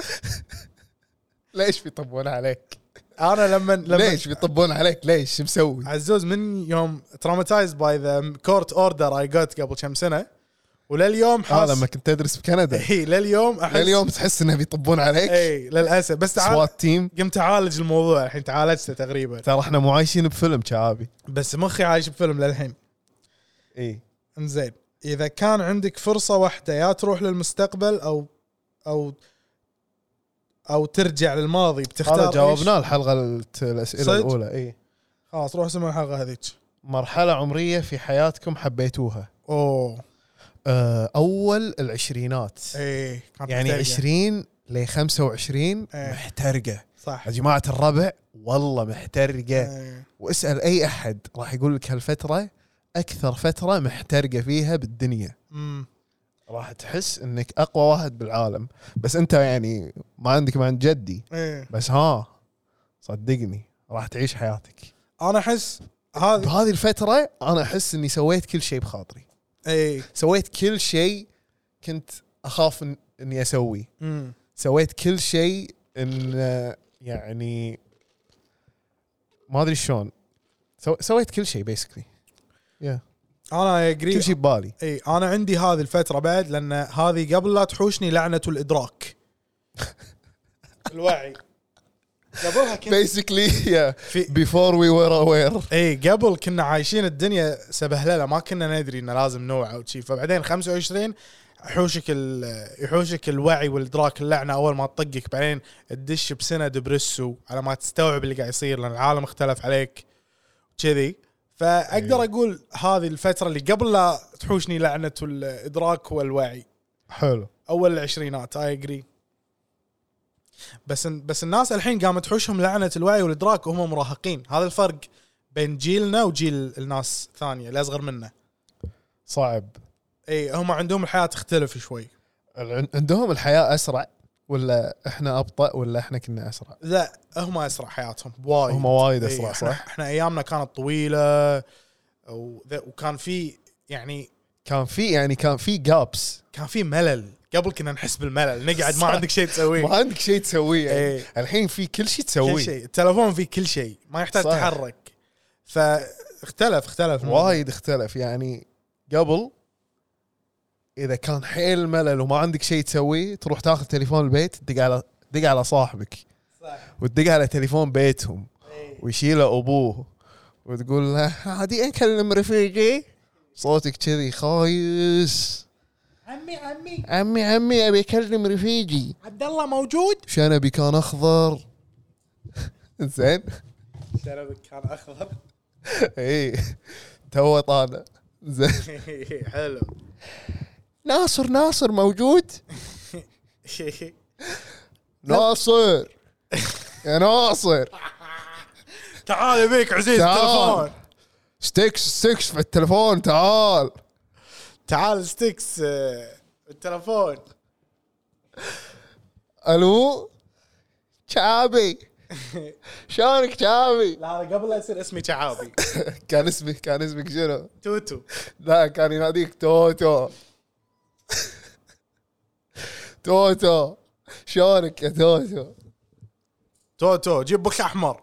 ليش بيطبون عليك؟ انا لما ليش بيطبون عليك؟ ليش مسوي؟ عزوز من يوم traumatized by the court order I got قبل كم سنة ولليوم هذا لما كنت تدرس بكندا. لليوم تحس انه بيطبون عليك. للاسف. بس سوات تيم. قمت اعالج الموضوع الحين، تعالجته تقريبا. ترى احنا مو عايشين بفيلم شعابي، بس مخي عايش بفيلم للحين. انزين اذا كان عندك فرصة واحدة يا تروح للمستقبل او ترجع للماضي بتختار. هذا جاوبناه الحلقة الأسئلة الأولى. خلاص روح سمع الحلقة هذيك. مرحلة عمرية في حياتكم حبيتوها؟ أول العشرينات. يعني 20 ل 25 محترقة. صح يا جماعة الربع والله محترقة. واسأل أي أحد راح يقول لك هالفترة أكثر فترة محترقة فيها بالدنيا. راح تحس انك اقوى واحد بالعالم، بس انت يعني ما عندك ما عند جدي. بس صدقني راح تعيش حياتك. انا احس بهذه الفترة انا احس اني سويت كل شيء بخاطري. سويت كل شيء كنت اخاف اني اسوي. سويت كل شيء ان يعني ما ادري شلون سويت كل شيء بيسكلي. انا اجري كل شيء ببالي. اي انا عندي هذه الفتره بعد، لان هذه قبل لا تحوشني لعنه الادراك. الوعي قبلها كنت بيسكلي before we were aware. اي قبل كنا عايشين الدنيا سبهلله، ما كنا ندري انه لازم نوع او شيء. فبعدين 25 يحوشك الوعي والادراك، اللعنه اول ما تطقك، بعدين تدش بسنه دبرسو على ما تستوعب اللي قاعد يصير، لان العالم اختلف عليك كذي. فاقدر اقول هذه الفتره اللي قبل لا تحوشني لعنه الادراك والوعي. حلو. اول العشرينات اي اجري. بس الناس الحين قامت تحوشهم لعنه الوعي والادراك وهم مراهقين. هذا الفرق بين جيلنا وجيل الناس الثانيه اللي اصغر منا. صعب. اي هم عندهم الحياه تختلف شوي. عندهم الحياه اسرع ولا احنا ابطا ولا احنا كنا اسرع؟ لا هم اسرع حياتهم وايد. هم وايد اسرع. صح. احنا ايامنا كانت طويله وكان في يعني كان في جابس، كان في ملل. قبل كنا نحس بالملل، نقعد ما عندك شيء تسويه، ما عندك شيء تسويه. ايه. الحين في كل شيء تسويه، كل شيء. التلفون فيه كل شيء، ما يحتاج تتحرك. فاختلف وايد اختلف. يعني قبل اذا كان حيل ملل وما عندك شيء تسويه، تروح تاخذ تليفون البيت، تدق على صاحبك، صح، وتدق على تليفون بيتهم، ايه. ويشيله ابوه وتقول له عادي اكلم رفيقي، صوتك كذي خايس، عمي ابي اكلم رفيقي، عبد الله موجود، شنبي كان اخضر. زين. شنبك كان اخضر. اي تو طالع. زين. حلو. ناصر موجود. ناصر يا ناصر تعال بيك عزيز التلفون. ستيكس في التلفون. تعال ستيكس التلفون. الو شعابي، شلونك شعابي؟ لا قبل لا يصير اسمي شعابي كان اسمك شنو؟ توتو. لا كان يناديك توتو. توتو شلونك يا توتو جيب بك احمر.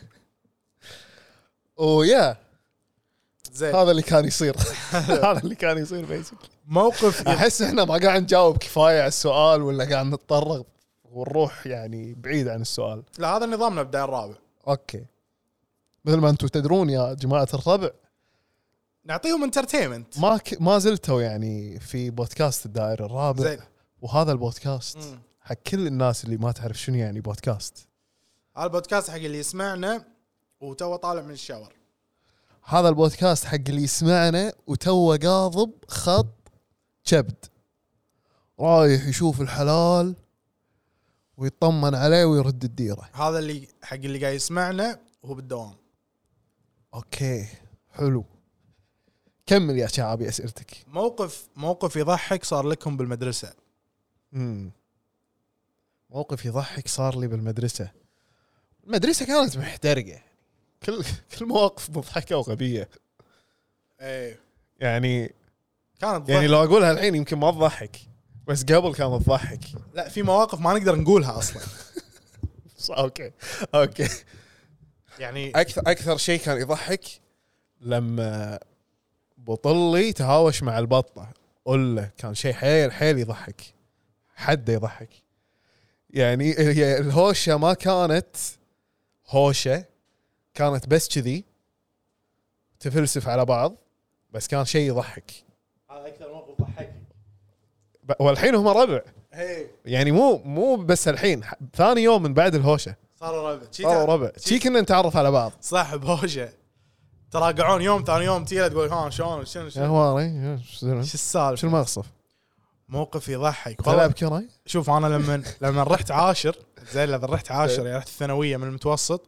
ويا زين. هذا اللي كان يصير. هذا اللي كان يصير بيسك. موقف احس احنا ما قاعد نجاوب كفايه على السؤال، ولا قاعد نتطرق ونروح يعني بعيد عن السؤال. لا هذا نظامنا بداية الرابع. اوكي. مثل ما انتم تدرون يا جماعه الربع، نعطيهم انترتينمنت. ما زلتوا يعني في بودكاست الدائري الرابع. زين. وهذا البودكاست حق كل الناس اللي ما تعرف شنو يعني بودكاست. هذا البودكاست حق اللي يسمعنا وتو طالع من الشاور. هذا البودكاست حق اللي يسمعنا وتو قاضب خط كبد، رايح يشوف الحلال ويطمن عليه ويرد الديره. هذا اللي حق اللي قاعد يسمعنا وهو بالدوام. اوكي حلو. كمل يا شعبي اسئلتك. موقف يضحك صار لكم بالمدرسة. موقف يضحك صار لي بالمدرسة. المدرسة كانت محترقة، كل مواقف مضحكة وغبية. ايه يعني كانت يعني لو اقولها الحين يمكن ما تضحك، بس قبل كانت تضحك. لا في مواقف ما نقدر نقولها اصلا. اوكي يعني اكثر شيء كان يضحك لما بطلي تهاوش مع البطة. قل له كان شيء حيل يضحك، حد يضحك. يعني هي الهوشة ما كانت هوشة، كانت بس كذي تفلسف على بعض، بس كان شيء يضحك. هذا اكثر موقف ضحك. والحين هم ربع. هي يعني مو بس الحين، ثاني يوم من بعد الهوشة صاروا ربع. شي كنا نتعرف على بعض. صاحب هوشة تراجعون يوم ثاني يوم تيجي تقول ها شلون شنو يا هواري شو السالفة، شو المقصف. موقف يضحك تلعب كرة. شوف انا لما رحت عاشر، زين لما رحت عاشر يعني رحت الثانويه من المتوسط،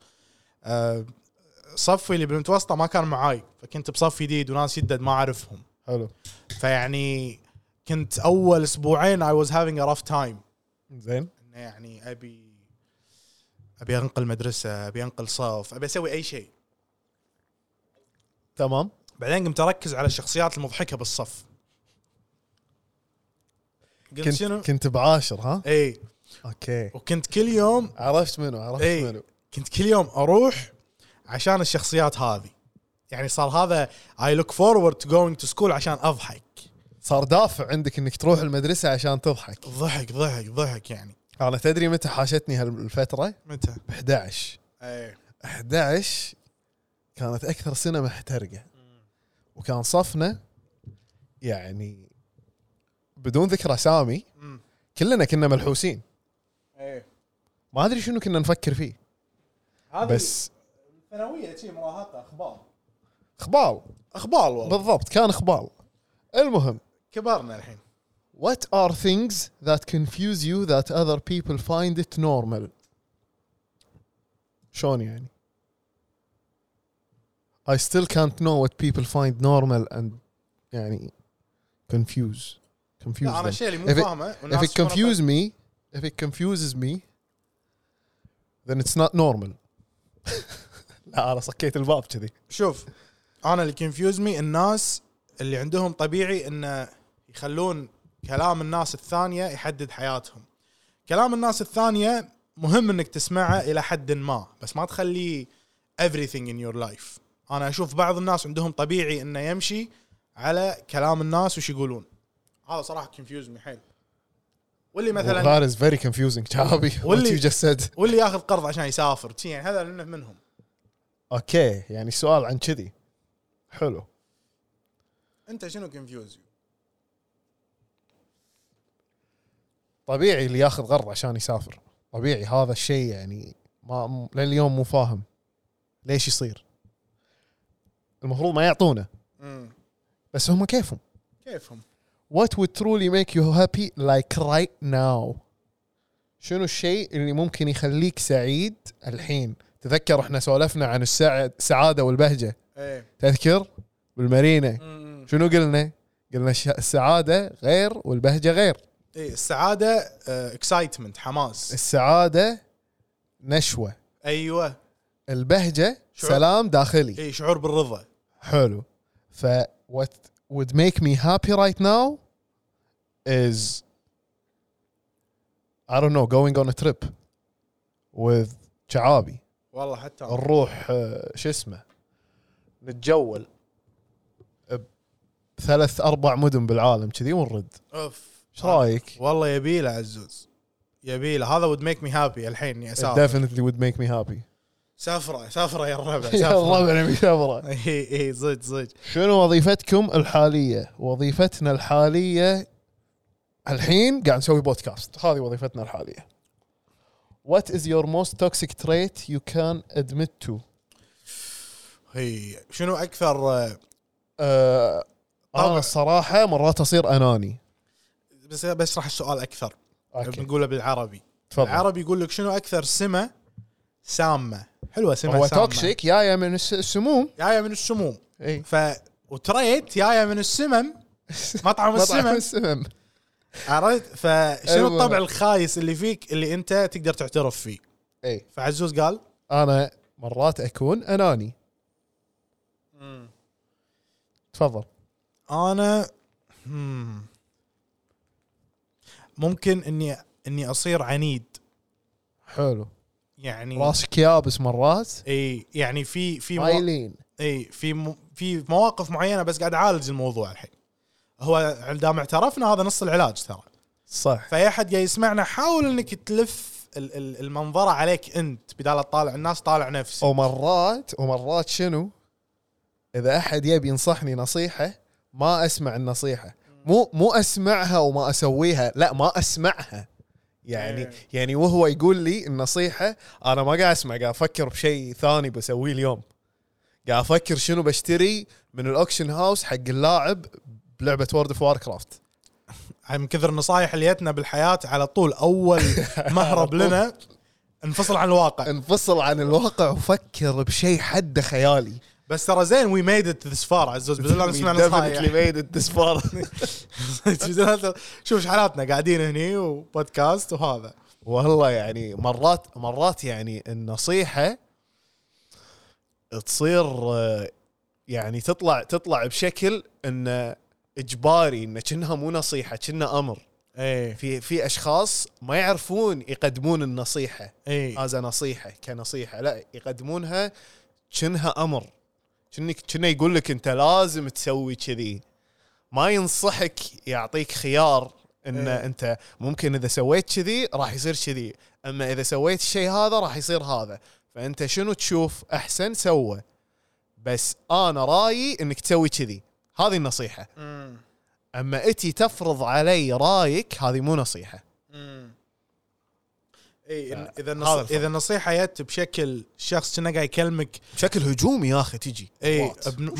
صفي اللي بالمتوسطه ما كان معاي، فكنت بصف جديد وناس جدد ما اعرفهم. حلو. فيعني كنت اول اسبوعين I was having a rough time. زين. يعني ابي انقل مدرسه، ابي انقل صف، ابي اسوي اي شيء. تمام. بعدين قمت اركز على الشخصيات المضحكه بالصف. قلت شنو؟ كنت ب10 ها. اي اوكي وكنت كل يوم عرفت منو اي كنت كل يوم اروح عشان الشخصيات هذه. يعني صار هذا I look forward to going to school عشان اضحك. صار دافع عندك انك تروح المدرسه عشان تضحك. ضحك يعني. انا تدري متى حاشتني هالفتره؟ متى؟ 11. اي 11 كانت اكثر سنه محترقه، وكان صفنا يعني بدون ذكر اسامي كلنا كنا ملحوسين. اي ما ادري شنو كنا نفكر فيه، بس ثانويه شيء مراهقه اخبال والله بالضبط، كان اخبال. المهم كبرنا الحين. What are things that confuse you that other people find it normal؟ شلون يعني؟ I still can't know what people find normal and يعني confuse لا انا them. الشيء اللي مو If it- فاهمه if it confuses me then it's not normal. لا انا صكيت الباب كذي. شوف انا اللي كونفيوز مي الناس اللي عندهم طبيعي انه يخلون كلام الناس الثانيه يحدد حياتهم. كلام الناس الثانيه مهم انك تسمعه الى حد ما، بس ما تخليه everything in your life. انا اشوف بعض الناس عندهم طبيعي انه يمشي على كلام الناس وش يقولون. هذا صراحه كونفيوز مي حيل. واللي مثلا that is very confusing شعبي what you just said. واللي ياخذ قرض عشان يسافر يعني هذا منهم. اوكي يعني سؤال عن كذي حلو. انت شنو كونفيوز؟ طبيعي اللي ياخذ قرض عشان يسافر، طبيعي هذا الشيء يعني ما لليوم مو فاهم ليش يصير. المفروض ما يعطونه بس هم كيفهم. What would truly make you happy like right now؟ شنو الشيء اللي ممكن يخليك سعيد الحين؟ تذكر احنا سولفنا عن السعادة والبهجة. تذكر بالمارينا شنو قلنا السعادة غير والبهجة غير. السعادة اكسايتمنت حماس، السعادة نشوة، ايوه البهجة سلام داخلي، شعور بالرضا. حلو. ف what would make me happy right now is I don't know going on a trip with شعابي. والله حتى نروح شو اسمه نتجول 3-4 مدن بالعالم كذي ونرد. ايش رايك؟ والله يبيله عزوز، يبيله. هذا would make me happy الحين اني اسافر. definitely would make me happy. سافره يا الربع. يا الربع نبي سافره. اي صدق. شنو وظيفتكم الحاليه؟ وظيفتنا الحاليه الحين قاعد نسوي بودكاست، هذه وظيفتنا الحاليه. What is your most toxic trait you can admit to؟ هي شنو اكثر انا الصراحه مرات اصير اناني. بس بشرح السؤال اكثر. بنقوله بالعربي. تفضل. العربي يقول لك شنو اكثر سمه سامه. حلوه سمه هو سامه. توكسيك جايه من السموم. جايه من السموم. اي وتريت جايه من السمم. مطعم السمم. عرفت؟ فشنو الطبع الخايس اللي فيك اللي انت تقدر تعترف فيه؟ اي فعزوز قال انا مرات اكون اناني. تفضل. انا ممكن اني اصير عنيد. حلو. يعني راسك يابس مرات. اي يعني في مايلين. اي في مواقف معينه، بس قاعد اعالج الموضوع الحين. هو دام اعترفنا هذا نص العلاج ترى. صح. فاي احد جاي يسمعنا حاول انك تلف المنظره عليك انت بدال لا تطالع الناس، طالع نفسك. ومرات شنو اذا احد يبي ينصحني نصيحه ما اسمع النصيحه. مو اسمعها وما اسويها، لا ما اسمعها. يعني وهو يقول لي النصيحه انا ما قاعد اسمع، قاعد افكر بشيء ثاني بسويه اليوم. قاعد افكر شنو بشتري من الاوكشن هاوس حق اللاعب بلعبه وورد اوف واركرافت. من كثر النصايح اللي جتنا بالحياه على طول اول مهرب لنا انفصل عن الواقع وفكر بشيء حد خيالي. بس ترى زين وي ميد ات ذس فار عزوز، بدنا نسمع نصايح. ميد ات ذس فار. شوف حالاتنا قاعدين هني وبودكاست وهذا. والله يعني مرات يعني النصيحه تصير يعني تطلع بشكل انه اجباري، انه كأنها مو نصيحه، كأنها امر. ايه في اشخاص ما يعرفون يقدمون النصيحه ايه هذا نصيحه كنصيحه، لا يقدمونها كأنها امر، كأنه يقول لك انت لازم تسوي كذي. ما ينصحك يعطيك خيار ان انت ممكن اذا سويت كذي راح يصير كذي، اما اذا سويت الشيء هذا راح يصير هذا، فانت شنو تشوف احسن سوى، بس انا رايي انك تسوي كذي، هذه النصيحه. اما اتي تفرض علي رايك، هذه مو نصيحه. ايه اذا النصيحه جت بشكل شخص كنا قاعد يكلمك بشكل هجومي يا اخي تجي ايه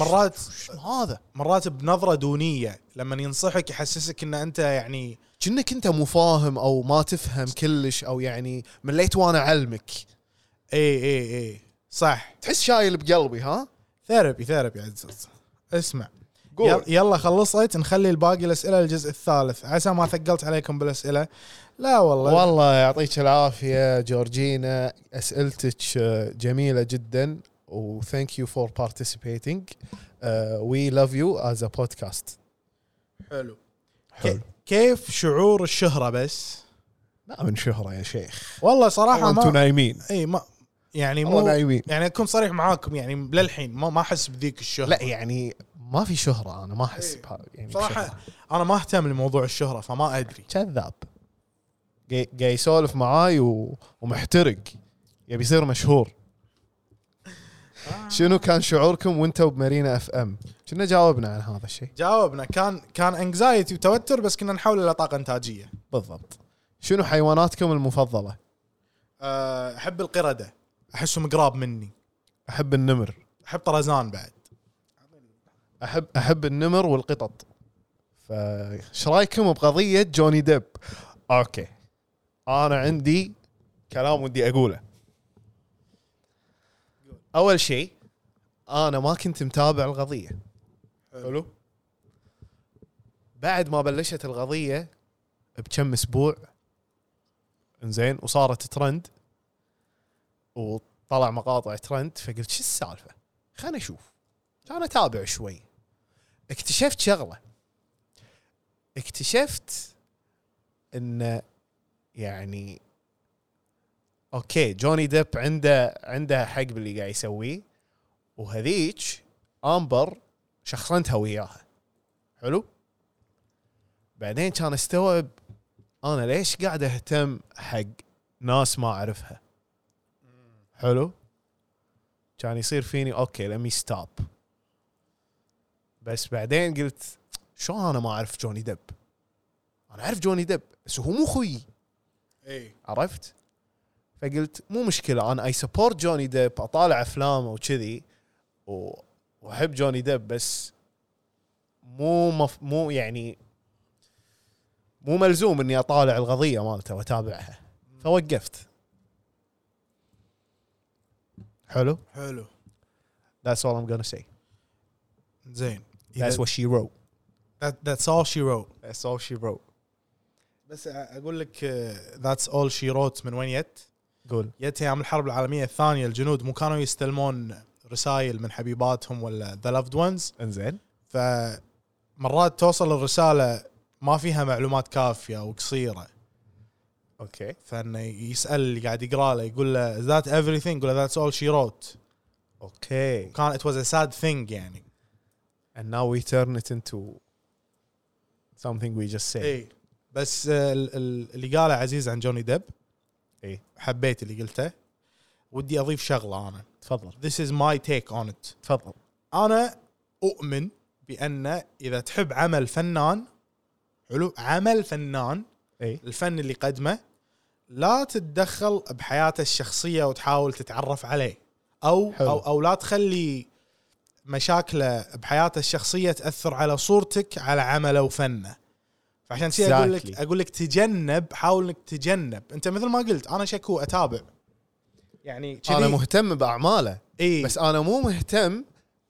مرات بنظره دونيه، لما ينصحك يحسسك ان انت يعني كأنك انت مو فاهم او ما تفهم كلش، او يعني مليت وانا علمك. ايه صح، تحس شايل بقلبي. ها ثيرابي يا عزيز. اسمع قول. يلا خلصت، نخلي الباقي الاسئله للجزء الثالث، عسى ما ثقلت عليكم بالاسئله. لا والله يعطيك العافيه جورجينا، اسئلتك جميله جدا و thank you for participating. We love you as a podcast. حلو. كيف شعور الشهرة بس؟ لا من شهرة يا شيخ والله صراحة انتوا نايمين. اي ما يعني مو نايمين. يعني اكون صريح معاكم، يعني للحين ما احس بذيك الشهرة. لا يعني ما في شهرة، انا ما احس بها يعني صراحة بشهرة. انا ما اهتم لموضوع الشهرة، فما ادري. كذاب جاي يسولف معاي ومحترق يبي يصير مشهور. شنو كان شعوركم وانتوا بمارينا اف ام؟ كنا جاوبنا عن هذا الشيء. جاوبنا كان انكزايتي وتوتر، بس كنا نحاول الى طاقة انتاجية. بالضبط. شنو حيواناتكم المفضلة؟ احب القردة، احسهم قراب مني. احب النمر. احب طرزان بعد. احب النمر والقطط. فايش رايكم بقضية جوني ديب؟ اوكي انا عندي كلام ودي اقوله. اول شيء انا ما كنت متابع القضية. حلو. بعد ما بلشت القضية بكم اسبوع انزين وصارت ترند وطلع مقاطع ترند، فقلت شو السالفة، خلنا اشوف. كان اتابع شوي، اكتشفت شغلة. اكتشفت ان يعني اوكي جوني ديب عنده حق باللي قاعد يسويه، وهذيك امبر شخصنتها وياها. حلو. بعدين كان استوعب انا ليش قاعد اهتم حق ناس ما اعرفها. حلو. كان يصير فيني اوكي لمي ستوب، بس بعدين قلت شو انا ما اعرف جوني ديب؟ انا اعرف جوني ديب بس هو مو خوي. اي عرفت. فقلت مو مشكله، انا اي سبورت جوني ديب، اطالع افلامه وكذي واحب جوني ديب، بس مو يعني مو ملزوم اني اطالع القضيه مالته واتابعها. فوقفت. حلو. That's all I'm gonna say. زين. That's what she wrote. That's all she wrote. That's all she wrote. بس اقول لك that's all she wrote من وين قول. جت ايام الحرب العالميه الثانيه، الجنود مو كانوا يستلمون رسائل من حبيباتهم ولا the loved ones؟ انزين. فمرات توصل الرساله ما فيها معلومات كافيه وقصيره. اوكي. فانه يسال اللي قاعد يقرا له، يقول له that everything، يقول له that's all she wrote. اوكي. كان it was a sad thing يعني. And now we turn it into something we just say. اي بس اللي قاله عزيز عن جوني ديب اي حبيت اللي قلته. ودي اضيف شغله انا. تفضل. This is my take on it. تفضل. انا اؤمن بان اذا تحب عمل فنان، حلو، عمل فنان، اي الفن اللي قدمه، لا تتدخل بحياته الشخصيه وتحاول تتعرف عليه، او لا تخلي مشاكله بحياته الشخصيه تاثر على صورتك على عمله وفنه. فعشان شيء اقول لك تجنب، حاول انك تجنب. انت مثل ما قلت انا شكو اتابع يعني انا مهتم باعماله. إيه؟ بس انا مو مهتم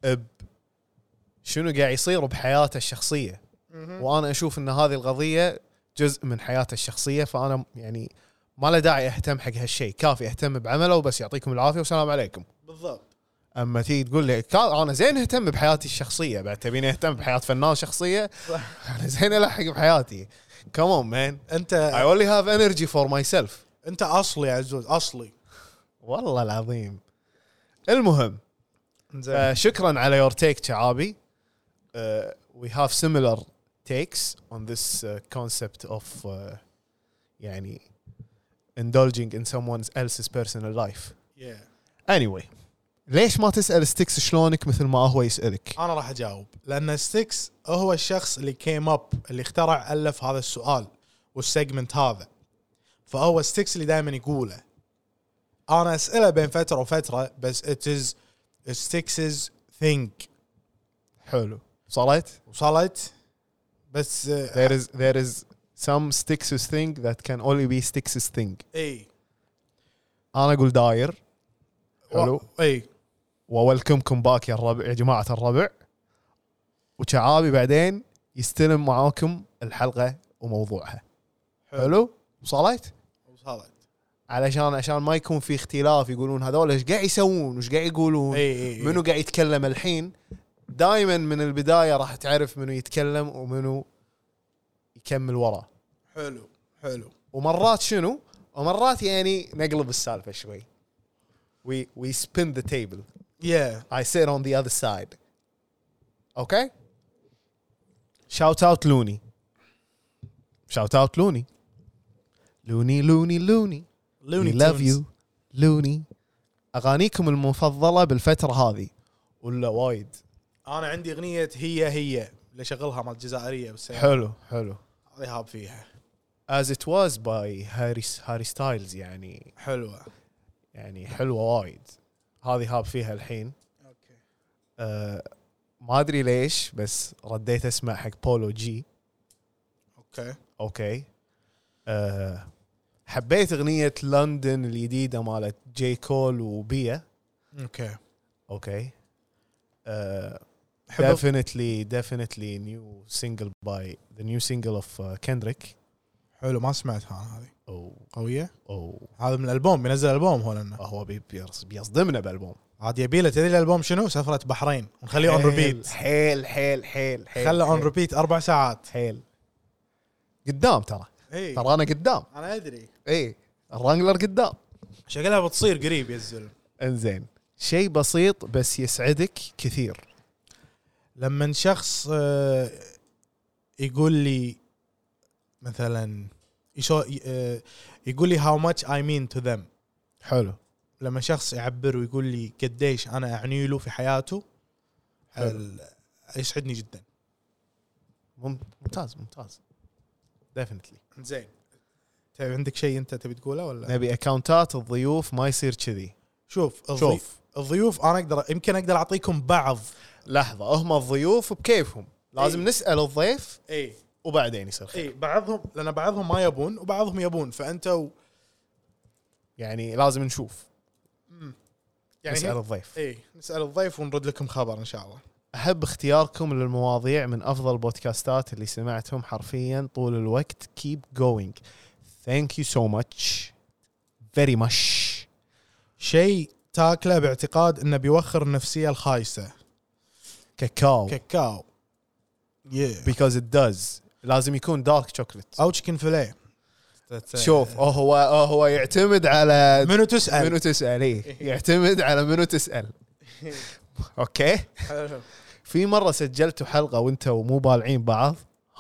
شنو قاعد يصير بحياته الشخصيه. وانا اشوف ان هذه القضيه جزء من حياته الشخصيه، فانا يعني ما له داعي اهتم حق هالشيء. كافي اهتم بعمله وبس. يعطيكم العافيه والسلام عليكم. بالضبط. اما تيجي تقول لي انا زين اهتم بحياتي الشخصيه، بعد تبيني اهتم بحياه فنان شخصيه؟ انا زين الحق بحياتي. كمان مان انت I only have energy for myself. انت اصلي يا عزوز، اصلي والله العظيم. المهم زين. شكرا على your take شعابي. We have similar takes on this concept of يعني indulging in someone else's personal life. Anyway, ليش ما تسأل ستيكس شلونك مثل ما هو يسألك؟ انا راح اجاوب، لان ستيكس هو الشخص اللي كيم اب، اللي اخترع الف هذا السؤال والسيجمنت هذا، فهو ستيكس اللي دائما يقوله. انا اساله بين فتره وفتره، بس it is ستيكس's thing. حلو وصلت بس there is some Stix's thing that can only be Stix's thing. اي انا اقول داير. حلو. اي وويلكمكم باك يا الربع، يا جماعه الربع. وشعابي بعدين يستلم معاكم الحلقه وموضوعها. حلو. وصلت عشان ما يكون في اختلاف، يقولون هذول ايش قاعد يسوون وش قاعد يقولون، منو قاعد يتكلم الحين. دائما من البدايه راح تعرف منو يتكلم ومنو يكمل ورا. حلو. ومرات شنو، ومرات يعني نقلب السالفه شوي. we spin the table. I sit on the other side. Okay. Shout out Looney. Looney. We love you Looney. اغانيكم المفضله بالفتره هذه ولا وايد؟ انا عندي اغنيه هي اللي شغلها مال الجزائريه بس. حلو. هذه هاب فيها As it was by Harry Styles. يعني حلوه وايد. هذه هاب فيها الحين. اوكي. ما ادري ليش بس رديت اسمع حق بولو جي. اوكي. حبيت اغنيه لندن الجديده مالت جي كول وبيا. اوكي. definitely the new single of Kendrick. حلو. ما سمعتها هذه. قويه. أو هذا من الالبوم، بينزل البوم هو، لانه هو بيصدمنا بالالبوم. عاد يبي له. تدري الالبوم شنو؟ سفره بحرين، ونخليه اون ريبيت. حيل خله اون ريبيت 4 ساعات. حيل قدام. ترى انا قدام. انا ادري. الرانجلر قدام. شكلها بتصير قريب يا الزلمه. انزين، شيء بسيط بس يسعدك كثير. لما شخص يقول لي مثلا يقول لي how much I mean to them. حلو. لما شخص يعبر ويقول لي قديش انا اعني له في حياته، يسعدني جدا. ممتاز definitely. زين، طيب عندك شيء انت تبي تقوله ولا؟ نبي اكاونتات الضيوف ما يصير كذي. شوف الضيوف انا يمكن اقدر اعطيكم بعض. لحظه، هم الضيوف بكيفهم، لازم نسال الضيف وبعدين يصير خير. بعضهم، لان بعضهم ما يبون وبعضهم يبون، فانت يعني لازم نشوف. يعني نسال الضيف. نسال الضيف ونرد لكم خبر ان شاء الله. احب اختياركم للمواضيع، من افضل بودكاستات اللي سمعتهم حرفيا طول الوقت. keep going. thank you so much very much. شيء تاكله باعتقاد انه بيوخر النفسيه الخايسه. كاكاو because it does. لازم يكون دارك شوكليت او تشيكن فيليه. شوف هو يعتمد على منو تسأل. يعتمد على منو تسأل. اوكي. في مرة سجلتوا حلقة وانتوا مو بالعين بعض.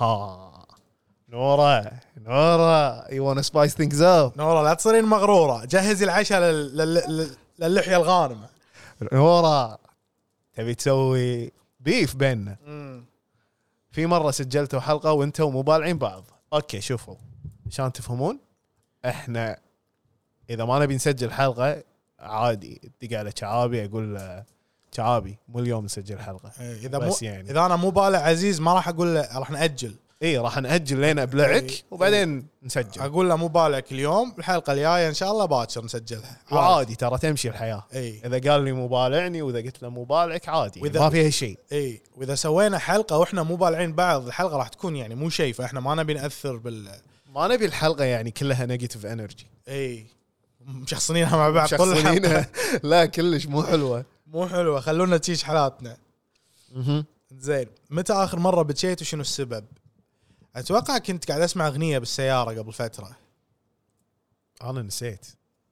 نورا you wanna spice things up. نورا لا تصيرين مغرورة، جهزي العشاء للحية الغانمة. نورا تبي تسوي بيف بيننا. في مرة سجلتوا حلقة وانتوا مو بالعين بعض. اوكي شوفوا عشان تفهمون، احنا اذا ما نبي نسجل حلقة عادي دق على شعابي، اقول له شعابي مو اليوم نسجل حلقة. يعني اذا انا مو بالع عزيز ما راح اقول له راح نأجل. راح نأجل لين ابلعك وبعدين نسجل. اقول له مو بالك اليوم، الحلقة الجاية ان شاء الله باكر نسجلها. وعادي ترى تمشي الحياة. اذا قال لي مو بالعني واذا قلت له مو بالك عادي، ما فيها شيء. واذا سوينا حلقة واحنا مو بالعين بعض، الحلقة راح تكون يعني مو شيء، فاحنا ما نبي نأثر ما نبي الحلقة يعني كلها نيجاتيف انرجي. مشخصنينها مع بعض طول الحلقة. لا كلش مو حلوة. مو حلوه، خلونا تشيش حالاتنا. زين، متى اخر مره بكيت وشنو السبب؟ اتوقع كنت قاعد اسمع اغنيه بالسياره قبل فتره. انا نسيت،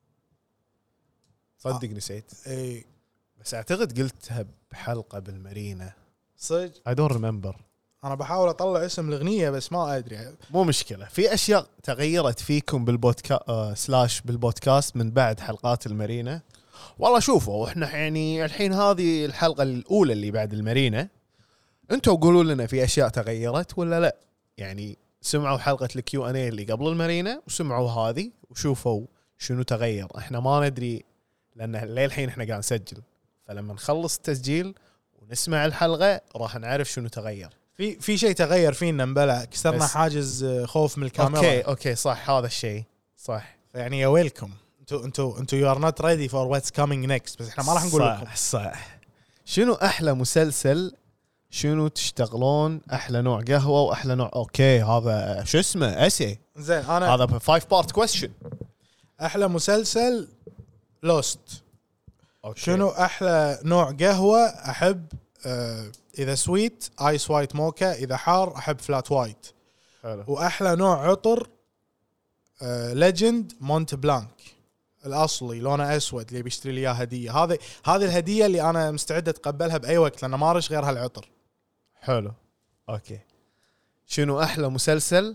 صدق نسيت. اي بس اعتقد قلتها بحلقه بالمارينا، صدق. I don't remember. انا بحاول اطلع اسم الاغنيه بس ما ادري. مو مشكله، في اشياء تغيرت فيكم سلاش بالبودكاست من بعد حلقات المارينا. والله شوفوا، احنا يعني الحين هذه الحلقه الاولى اللي بعد المارينا، انتوا قولوا لنا في اشياء تغيرت ولا لا. يعني سمعوا حلقه الكيو ان اي اللي قبل المارينا وسمعوا هذه وشوفوا شنو تغير. احنا ما ندري لان للحين احنا قاعد نسجل، فلما نخلص التسجيل ونسمع الحلقه راح نعرف شنو تغير. في شيء تغير فينا، مبلع كسرنا حاجز خوف من الكاميرا. اوكي صح، هذا الشيء صح. يعني يا ويلكم، انتوا يو ار نوت ريدي فور واتس كامينج نيكست، بس احنا ما راح نقول لكم. صح. شنو احلى مسلسل؟ شنو تشتغلون؟ احلى نوع قهوه واحلى نوع. اوكي هذا شو اسمه اسي. زين انا هذا 5 بارت كويستشن. احلى مسلسل لوست. أوكي. شنو احلى نوع قهوه احب؟ اذا سويت ايس وايت موكا، اذا حار احب فلات وايت. حلو. واحلى نوع عطر ليجند مونت بلانك الاصلي، لونه اسود، اللي بيشتري لي اياه هديه. هذه الهديه اللي انا مستعد اتقبلها باي وقت، لان ما رش غير هالعطر. حلو. اوكي. شنو احلى مسلسل؟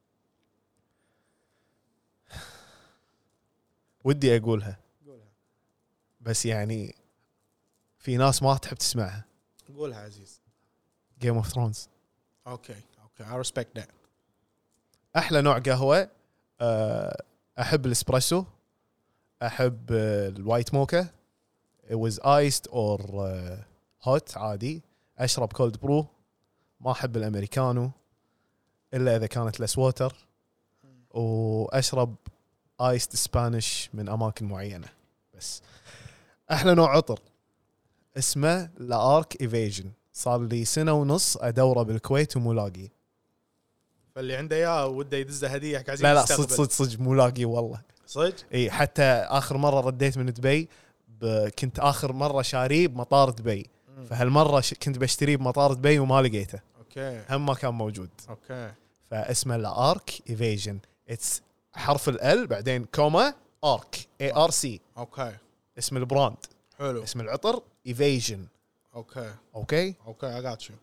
ودي اقولها بس يعني في ناس ما تحب تسمعها. قولها عزيز. Game of Thrones. اوكي I respect that. احلى نوع قهوه احب الاسبريسو، احب الوايت موكا. it was iced or hot عادي. اشرب كولد برو. ما احب الامريكانو الا اذا كانت لس ووتر. واشرب ايست سبانيش من اماكن معينه. بس احلى نوع عطر اسمه لارك ايفيجن، صار لي 1.5 سنة ادوره بالكويت ومو لاقي. فاللي عنده اياه وده يدزه هديه قاعد لا صدق مو لاقي والله. صدق. اي حتى اخر مره رديت من دبي كنت اخر مره شاريه بمطار دبي. فهالمره كنت بشتريه بمطار دبي وما لقيته. اوكي. هم ما كان موجود. اوكي. فاسمه لارك ايفيجن. اتس حرف ال بعدين كوما ارك ARC. اوكي. اسم البراند. حلو. اسم العطر ايفيجن. اوكي I got you.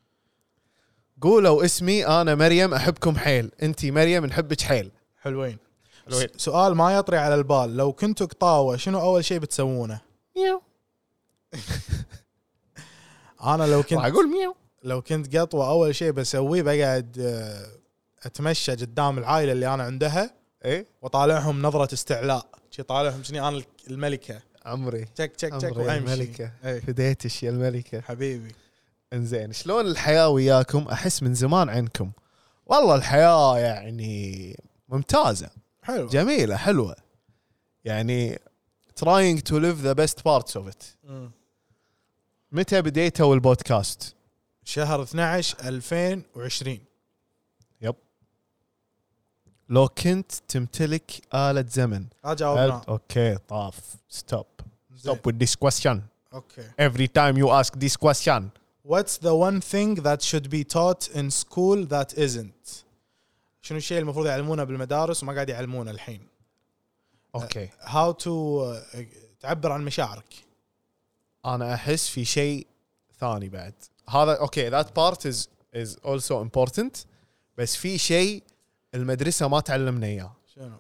قولوا اسمي. انا مريم احبكم حيل. انتي مريم نحبك حيل. حلوين. سؤال ما يطري على البال، لو كنتوا قطاوة شنو اول شيء بتسوونه؟ ميو. انا اقول ميو. لو كنت قطوة اول شيء بسويه بقعد اتمشى قدام العائلة اللي انا عندها، ايه، وطالعهم نظرة استعلاء، شي طالعهم شني انا الملكة، عمري تك وامشي. الملكة. فديتش يا الملكة حبيبي. انزين، شلون الحياة وياكم؟ احس من زمان عنكم. والله الحياة يعني ممتازة، حلو، جميلة، حلوة، يعني trying to live the best parts of it. متى بديتوا البودكاست؟ شهر 12 2020. يب. لو كنت تمتلك آلة زمن. أجاوبنا. اوكي طاف. stop with this question. Okay. Every time you ask this question. What's the one thing that should be taught in school that isn't? شنو الشيء المفروض يعلمونه بالمدارس وما قاعد يعلمونه الحين؟ اوكي. How to تعبر عن مشاعرك. انا احس في شيء ثاني بعد هذا. اوكي that part is also important. بس في شيء المدرسة ما تعلمنا اياه. شنو؟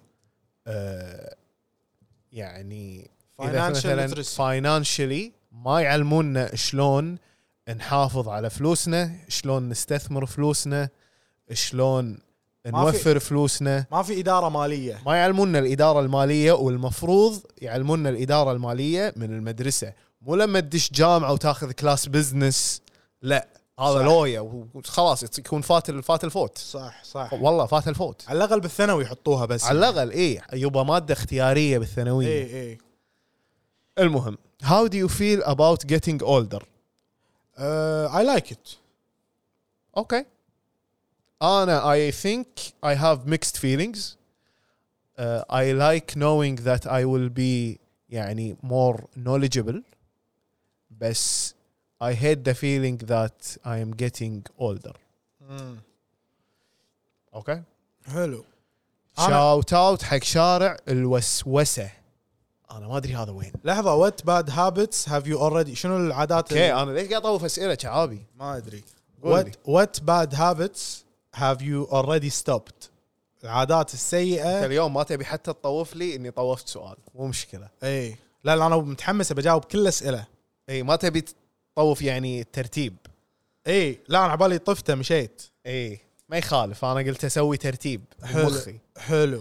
يعني financially ما يعلمونا شلون نحافظ على فلوسنا، شلون نستثمر فلوسنا، شلون نوفر فلوسنا. ما في إدارة مالية. ما يعلمونا الإدارة المالية، والمفروض يعلمونا الإدارة المالية من المدرسة، مو لما تدش جامعة وتاخذ كلاس بزنس. لا هذا لويا وخلاص يكون فات الفوت. صح والله فات الفوت. على الأقل بالثانوي يحطوها بس. على الأقل إيه يبقى مادة اختيارية بالثانوية. إيه. المهم how do you feel about getting older? I like it. Okay. I think I have mixed feelings. I like knowing that I will be يعني more knowledgeable بس I hate the feeling that I am getting older. اوكي حلو. شاوت اوت حق شارع الوسوسه. انا ما ادري هذا وين. لحظه what bad habits have you already شنو العادات اوكي انا ليش قاعد اطوف اسئله شعابي؟ ما ادري. قول لي. what bad habits have you already stopped العادات السيئه. انت اليوم ما تبي حتى تطوف لي اني طوفت سؤال مو مشكله. اي لا انا متحمس بجاوب كل الاسئله. اي ما تبي تطوف يعني الترتيب. اي لا انا عبالي طفته مشيت. اي ما يخالف انا قلت اسوي ترتيب بمخي. حلو.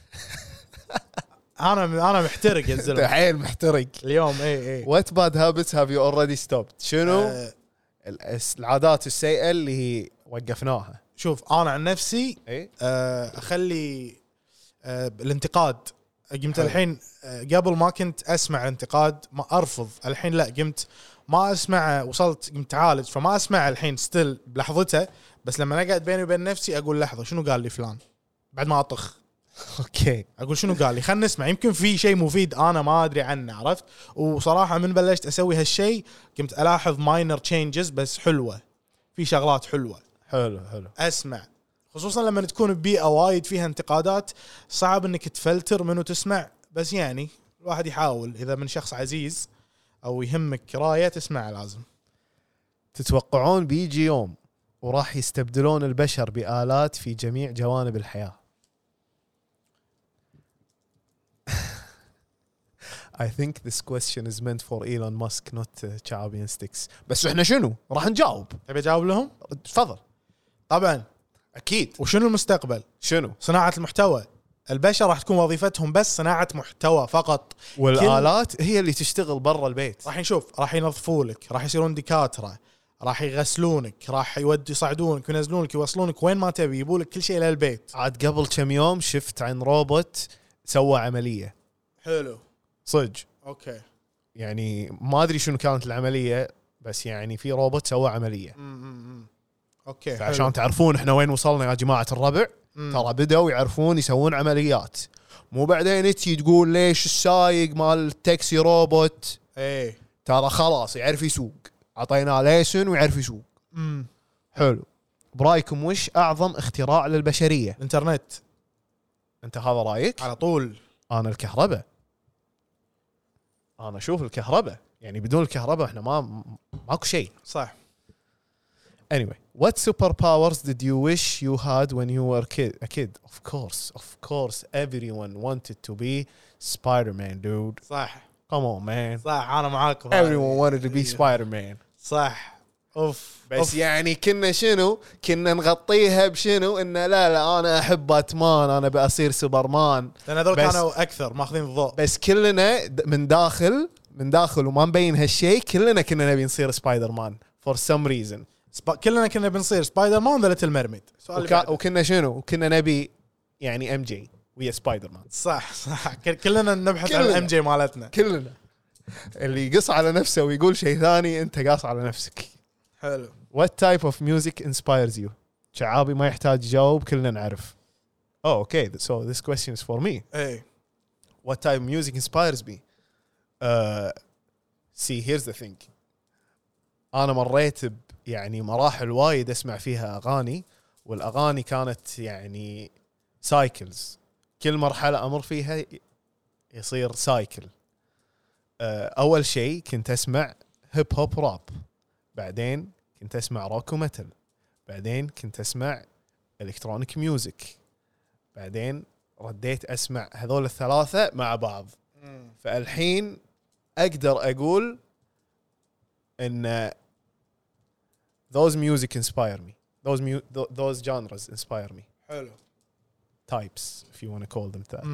انا محترق يا زلمه. حيل محترق اليوم. اي What bad habits have you already stopped؟ شنو العادات السيئة اللي هي وقفناها؟ شوف انا عن نفسي اي اخلي الانتقاد. قمت الحين قبل ما كنت اسمع الانتقاد ما ارفض، الحين لا قمت ما اسمع، وصلت قمت عالج فما اسمع الحين ستيل بلحظته، بس لما اقعد بيني وبين نفسي اقول لحظه شنو قال لي فلان بعد ما اطخ. اوكي اقول شنو قال لي، خلينا نسمع يمكن في شيء مفيد انا ما ادري عنه. عرفت؟ وصراحه من بلشت اسوي هالشيء قمت الاحظ ماينر تشينجز بس حلوه، في شغلات حلوه. حلو اسمع، خصوصا لما تكون ببيئه وايد فيها انتقادات صعب انك تفلتر منو تسمع، بس يعني الواحد يحاول اذا من شخص عزيز او يهمك رايه تسمع لازم. تتوقعون بيجي يوم وراح يستبدلون البشر بآلات في جميع جوانب الحياة؟ I think this question is meant for Elon Musk not Chaabi and Sticks. بس احنا شنو راح نجاوب؟ تبي اجاوب لهم؟ تفضل. طبعا اكيد. وشنو المستقبل؟ شنو؟ صناعه المحتوى. البشر راح تكون وظيفتهم بس صناعه محتوى فقط، والآلات هي اللي تشتغل برا البيت. راح نشوف، راح ينظفوا لك، راح يصيرون دكاتره، راح يغسلونك، راح يصعدونك وينزلونك يوصلونك وين ما تبي، يجيبوا لك كل شيء للبيت. عاد قبل كم يوم شفت عن روبوت سوى عملية. حلو. صدق. اوكي. يعني ما ادري شنو كانت العملية، بس يعني في روبوت سوى عملية. اوكي. فعشان تعرفون احنا وين وصلنا يا جماعة الربع. ترى بدأوا يعرفون يسوون عمليات، مو بعدين تجي تقول ليش السايق مال التاكسي روبوت. ايه ترى خلاص يعرف يسوق، عطيناه ليسن ويعرف يسوق. حلو. برايكم وش اعظم اختراع للبشرية؟ الانترنت. انت هذا رايك؟ على طول. انا الكهرباء. انا اشوف الكهرباء، يعني بدون الكهرباء احنا ماكو شيء. صح. Anyway, what superpowers did you wish you had when you were a kid? Of course, everyone wanted to be Spider-Man, dude. صح. Come on, man. صح أنا معاك. Everyone wanted to be Spider-Man. صح. أوف. بس يعني كنا شنو؟ كنا نغطيها بشنو؟ إنه لا أنا أحب باتمان، أنا بأصير سوبرمان. لأن هذول كانوا أكثر ماخذين الضوء. بس كلنا من داخل وما مبين هالشيء، كلنا كنا نبي نصير سبايدر مان for some reason. كلنا كنا بنصير سبايدر مان ولا ليتل ميرميد. وكنا شنو؟ كنا نبي يعني ام جي ويا سبايدر مان. صح. كلنا نبحث عن الام جي مالتنا. كلنا اللي يقص على نفسه ويقول شيء ثاني انت قاص على نفسك. حلو. What type of music inspires you؟ شعابي ما يحتاج يجاوب، كلنا نعرف. Oh, okay. So this question is for me. Hey. What type of music inspires me? See, here's the thing. أنا مريت يعني مراحل وايد أسمع فيها أغاني، والأغاني كانت يعني سايكلز. كل مرحلة أمر فيها يصير سايكل. أول شيء كنت أسمع هيب هوب راب، بعدين كنت أسمع روك وميتال، بعدين كنت أسمع إلكترونيك ميوزك، بعدين رديت أسمع هذول الثلاثة مع بعض. فالحين أقدر أقول إن those music inspire me, those genres inspire me. حلو. Types if you want to call them that.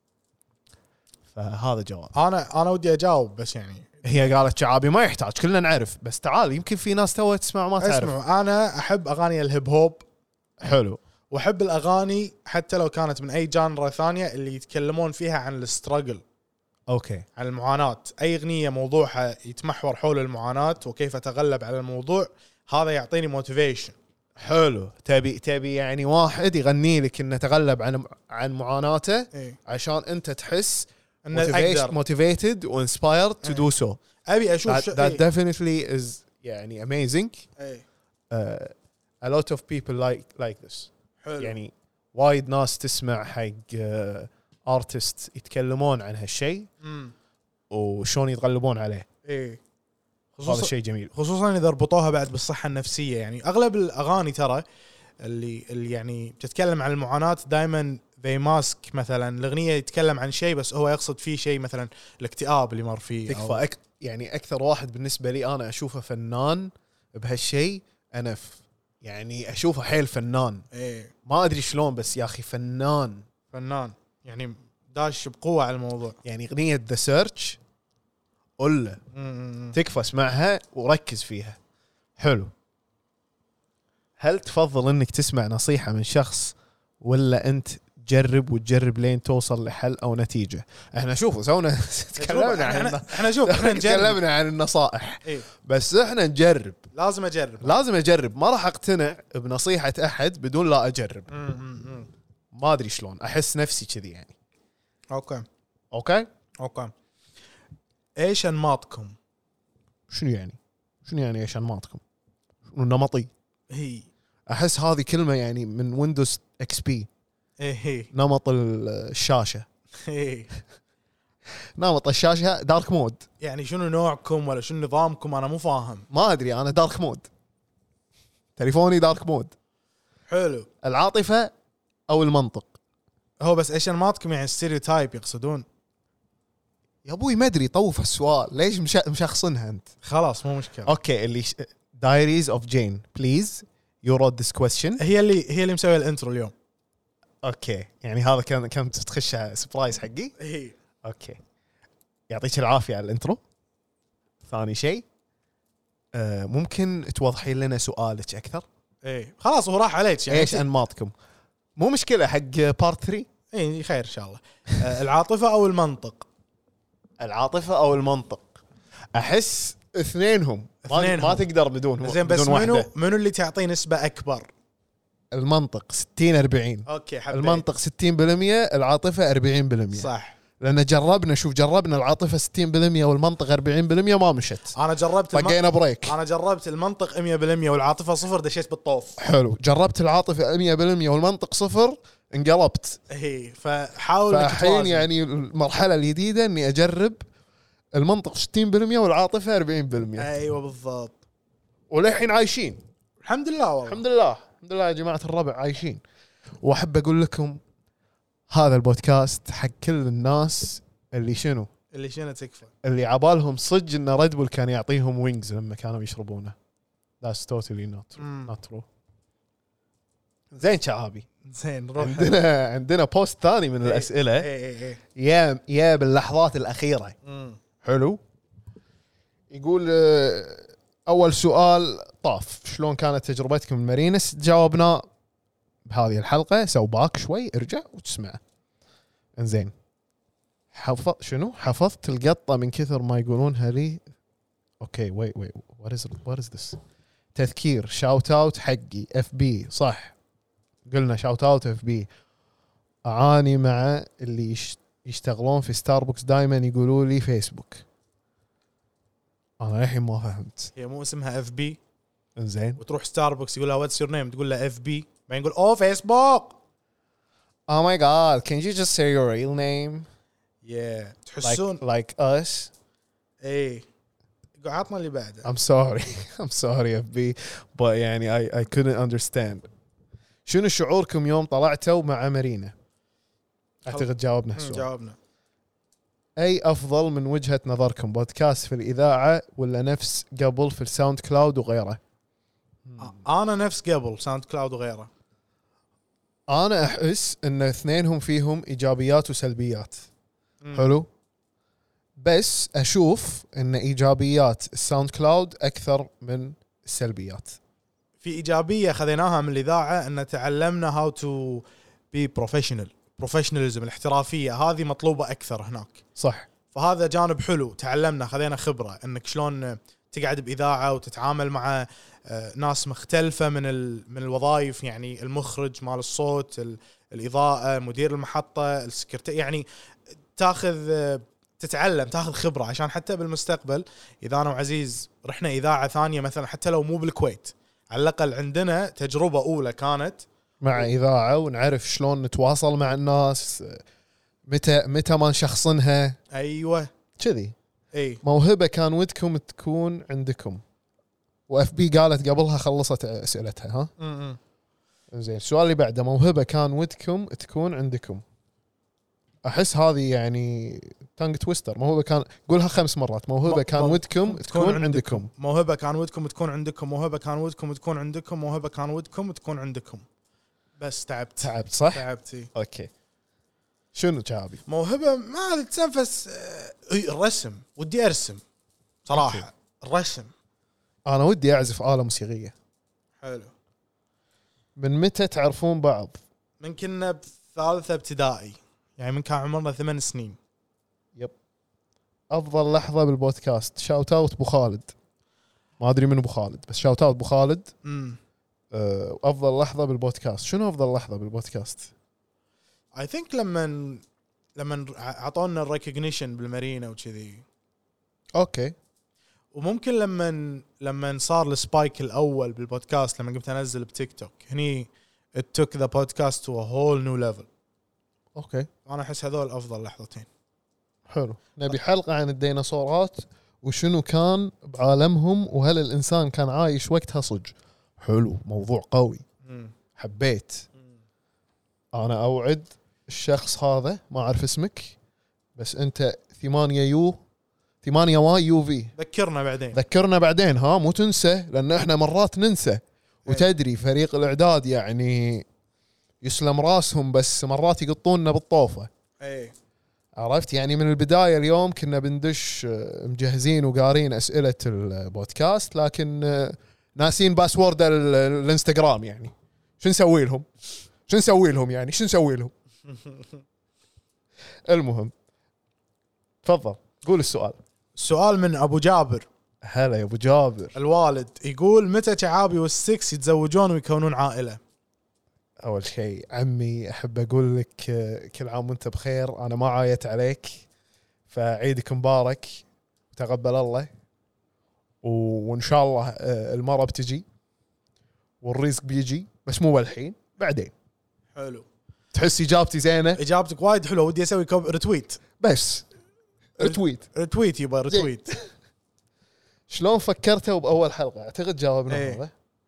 فهذا جواب. أنا ودي أجاوب، بس يعني هي قالت شعابي ما يحتاج، كلنا نعرف، بس تعال يمكن في ناس توها تسمع ما تعرف. اسمعوا، أنا أحب أغاني الهيب هوب. حلو. وأحب الأغاني حتى لو كانت من أي جانرا ثانية اللي يتكلمون فيها عن الستراجل. اوكي. عن المعاناة، أي أغنية موضوعها يتمحور حول المعاناة وكيف أتغلب على الموضوع، هذا يعطيني موتيفيشن. حلو. تبي يعني واحد يغني لك إنه تغلب عن معاناته. إيه؟ عشان أنت تحس إن أقدر motivated و inspired to do so. ابي اشوف that definitely is يعني amazing. اي A lot of people like this. حلو. يعني وايد ناس تسمع حق artists يتكلمون عن هالشيء وشون يتغلبون عليه. اي هذا شيء جميل، خصوصا اذا ربطوها بعد بالصحه النفسيه. يعني اغلب الاغاني ترى اللي يعني تتكلم عن المعاناه دائما they mask. مثلا الاغنيه يتكلم عن شيء بس هو يقصد فيه شيء، مثلا الاكتئاب اللي مر فيه. تكفى يعني اكثر واحد بالنسبه لي انا اشوفه فنان بهالشيء انف. يعني اشوفه حيل فنان. ايه ما ادري شلون بس يا اخي فنان يعني داش بقوه على الموضوع. يعني اغنيه ذا سيرش قله تكفى اسمعها وركز فيها. حلو. هل تفضل انك تسمع نصيحه من شخص ولا انت تجرب لين توصل لحل او نتيجه؟ احنا شوفوا سوينا تكلمنا عن احنا تكلمنا عن النصائح. إيه؟ بس احنا نجرب. لازم اجرب. ما راح اقتنع بنصيحه احد بدون لا اجرب. ما ادري شلون احس نفسي كذي يعني. اوكي ايش انماطكم؟ شنو يعني ايش انماطكم؟ نمطي. هي احس هذه كلمه يعني من ويندوز اكس بي. هي نمط الشاشه. هي نمط الشاشه دارك مود. يعني شنو نوعكم ولا شنو نظامكم؟ انا مو فاهم. ما ادري انا دارك مود. تليفوني دارك مود. حلو. العاطفه او المنطق؟ هو بس ايش انماطكم يعني ستيريوتايب يقصدون؟ يا ابوي ما ادري طوف السؤال ليش مشخصنها انت. خلاص مو مشكله. اوكي اللي Diaries of Jane please you wrote this question. هي اللي مسويه الانترو اليوم. اوكي يعني هذا كان تخشها سبرايز حقي. هي اوكي يعطيك العافيه على الانترو. ثاني شيء ممكن توضحي لنا سؤالك اكثر؟ ايه خلاص هو راح عليك يعني. ايش انماطكم؟ مو مشكله حق بارت 3. ايه خير ان شاء الله. العاطفه او المنطق؟ العاطفه او المنطق احس اثنينهم. ما تقدر بدونهم. زين بس منو اللي تعطيه نسبه اكبر؟ المنطق 60-40. اوكي حبيت. المنطق 60%، العاطفه 40%. صح. لان جربنا العاطفه 60% والمنطق 40% ما مشت. انا جربت طقينا بريك. انا جربت المنطق 100% والعاطفه 0 دشيت بالطوف. حلو. جربت العاطفه 100% والمنطق 0 انقلبت. ايه فحاول فالحين يعني المرحله الجديده اني اجرب المنطق 60% والعاطفه 40%. ايوه بالضبط. وللحين عايشين الحمد لله والله. الحمد لله يا جماعه الربع عايشين. واحب اقول لكم هذا البودكاست حق كل الناس اللي شنو تكفى، اللي عبالهم صج ان ريد بول كان يعطيهم وينجز لما كانوا يشربونه. That's totally not true. زين شعابي. زين نروح. عندنا بوست ثاني من الاسئله. يا باللحظات الاخيره. حلو. يقول اول سؤال طاف، شلون كانت تجربتكم المارينس؟ جاوبنا بهذه الحلقه. سو باك شوي ارجع وتسمعه. انزين حفظت القطه من كثر ما يقولونها لي. اوكي وي what is this؟ تذكير شاوت اوت حقي اف بي. صح قلنا شاوت اوت اف بي. اعاني مع اللي يشتغلون في ستاربكس دائما يقولوا لي فيسبوك. انا الحين ما فهمت. هي مو اسمها اف بي؟ انزين وتروح ستاربكس يقول لها واتس يور نيم تقول له اف بي، بعدين يقول اوه فيسبوك. Oh my god can you just say your real name? تحسون like us. ايه عطنا اللي بعده. I'm sorry FB but يعني I couldn't understand. شنو شعوركم يوم طلعتوا مع مارينا؟ اعتقد جاوبنا السؤال. جاوبنا. اي افضل من وجهة نظركم، بودكاست في الاذاعة ولا نفس قبل في الساوند كلاود وغيره؟ انا نفس قبل ساوند كلاود وغيره. انا احس ان اثنينهم فيهم ايجابيات وسلبيات. حلو. بس اشوف ان ايجابيات الساوند كلاود اكثر من السلبيات. في ايجابيه خذيناها من الاذاعه ان تعلمنا هاو تو بي بروفيشناليزم، الاحترافيه هذه مطلوبه اكثر هناك. صح. فهذا جانب حلو تعلمنا، خذينا خبره انك شلون تقعد باذاعه وتتعامل مع ناس مختلفه من الوظائف، يعني المخرج مال الصوت، الاضاءه، مدير المحطه، السكرتير، يعني تتعلم تاخذ خبره عشان حتى بالمستقبل اذا انا وعزيز رحنا اذاعه ثانيه مثلا حتى لو مو بالكويت على الاقل عندنا تجربه اولى كانت مع اذاعه ونعرف شلون نتواصل مع الناس، متى ما نشخصنها ايوه كذي. اي موهبه كان ودكم تكون عندكم، واف بي قالت قبلها خلصت اسئلتها. ها زين، السؤال اللي بعده موهبه كان ودكم تكون عندكم. احس هذه يعني تانج تويستر. موهبه كان قولها 5 مرات. موهبه كان ودكم تكون عندكم. موهبه كان ودكم تكون عندكم. موهبه كان ودكم تكون عندكم. موهبه كان ودكم تكون عندكم. بس تعبت صح. تعبتي. اوكي، شنو جابي؟ موهبه ما تتنفس. الرسم، ودي ارسم صراحه. أوكي. الرسم انا ودي اعزف آلة موسيقيه. حلو. من متى تعرفون بعض؟ من كنا بثالثه ابتدائي، يعني من كان عمرنا 8 سنين. يب. افضل لحظه بالبودكاست. شاوت اوت ابو خالد. ما ادري من ابو خالد، بس شاوت اوت ابو خالد. افضل لحظه بالبودكاست. شنو افضل لحظه بالبودكاست؟ اي ثينك لما اعطونا الريكوجنيشن بالمارينا وكذي. اوكي. وممكن لما صار السبايك الاول بالبودكاست، لما قمت انزل بتيك توك، هني it took the podcast to a whole new level. اوكي، انا احس هذول افضل لحظتين. حلو. نبي حلقه عن الديناصورات وشنو كان بعالمهم، وهل الانسان كان عايش وقتها صج. حلو، موضوع قوي. حبيت. انا اوعد الشخص هذا، ما اعرف اسمك، بس انت 8 واي يو في. ذكرنا بعدين ها، مو تنسى، لان احنا مرات ننسى. وتدري فريق الاعداد يعني يسلم راسهم، بس مرات يقطوننا بالطوفه. اي عرفت يعني. من البدايه اليوم كنا بندش مجهزين وقارين اسئله البودكاست، لكن ناسين باسورد الانستغرام. يعني شو نسوي لهم؟ المهم، تفضل قول السؤال. السؤال من ابو جابر. هلا يا ابو جابر. الوالد يقول متى شعابي والسكس يتزوجون ويكونون عائله؟ اول شيء عمي، احب اقول لك كل عام وانت بخير. انا ما عايت عليك، فعيدك مبارك وتقبل الله. وان شاء الله المرة بتجي والرزق بيجي، بس مو بالحين، بعدين. حلو. تحس اجابتي زينه؟ اجابتك وايد حلوه. ودي اسوي رتويت. بس رتويت يبا رتويت. شلون فكرتوا باول حلقه؟ اعتقد جاوبنا هذا.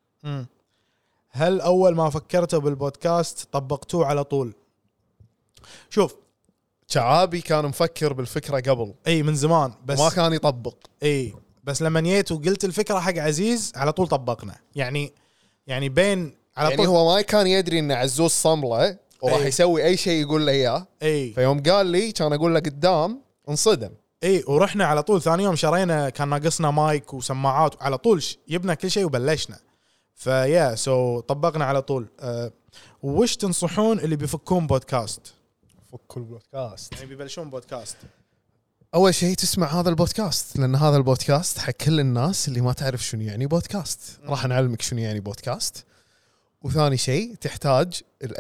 هل اول ما فكرتوا بالبودكاست طبقتوه على طول؟ شوف، شعابي كان مفكر بالفكره قبل، اي من زمان، بس ما كان يطبق. اي بس لما جيت وقلت الفكره حق عزيز على طول طبقنا. يعني بين على يعني طول. هو ما كان يدري ان عزوز صمله وراح يسوي اي شيء يقول له اياه. فيوم قال لي كان اقول له قدام، انصدم. ورحنا على طول ثاني يوم شرينا، كان ناقصنا مايك وسماعات، على طول جبنا كل شيء وبلشنا. فيا طبقنا على طول. وش تنصحون اللي بيفكون بودكاست؟ فكوا البودكاست، يعني بيبلشون بودكاست. اول شيء تسمع هذا البودكاست، لان هذا البودكاست حق كل الناس اللي ما تعرف شنو يعني بودكاست. راح نعلمك شنو يعني بودكاست. وثاني شيء تحتاج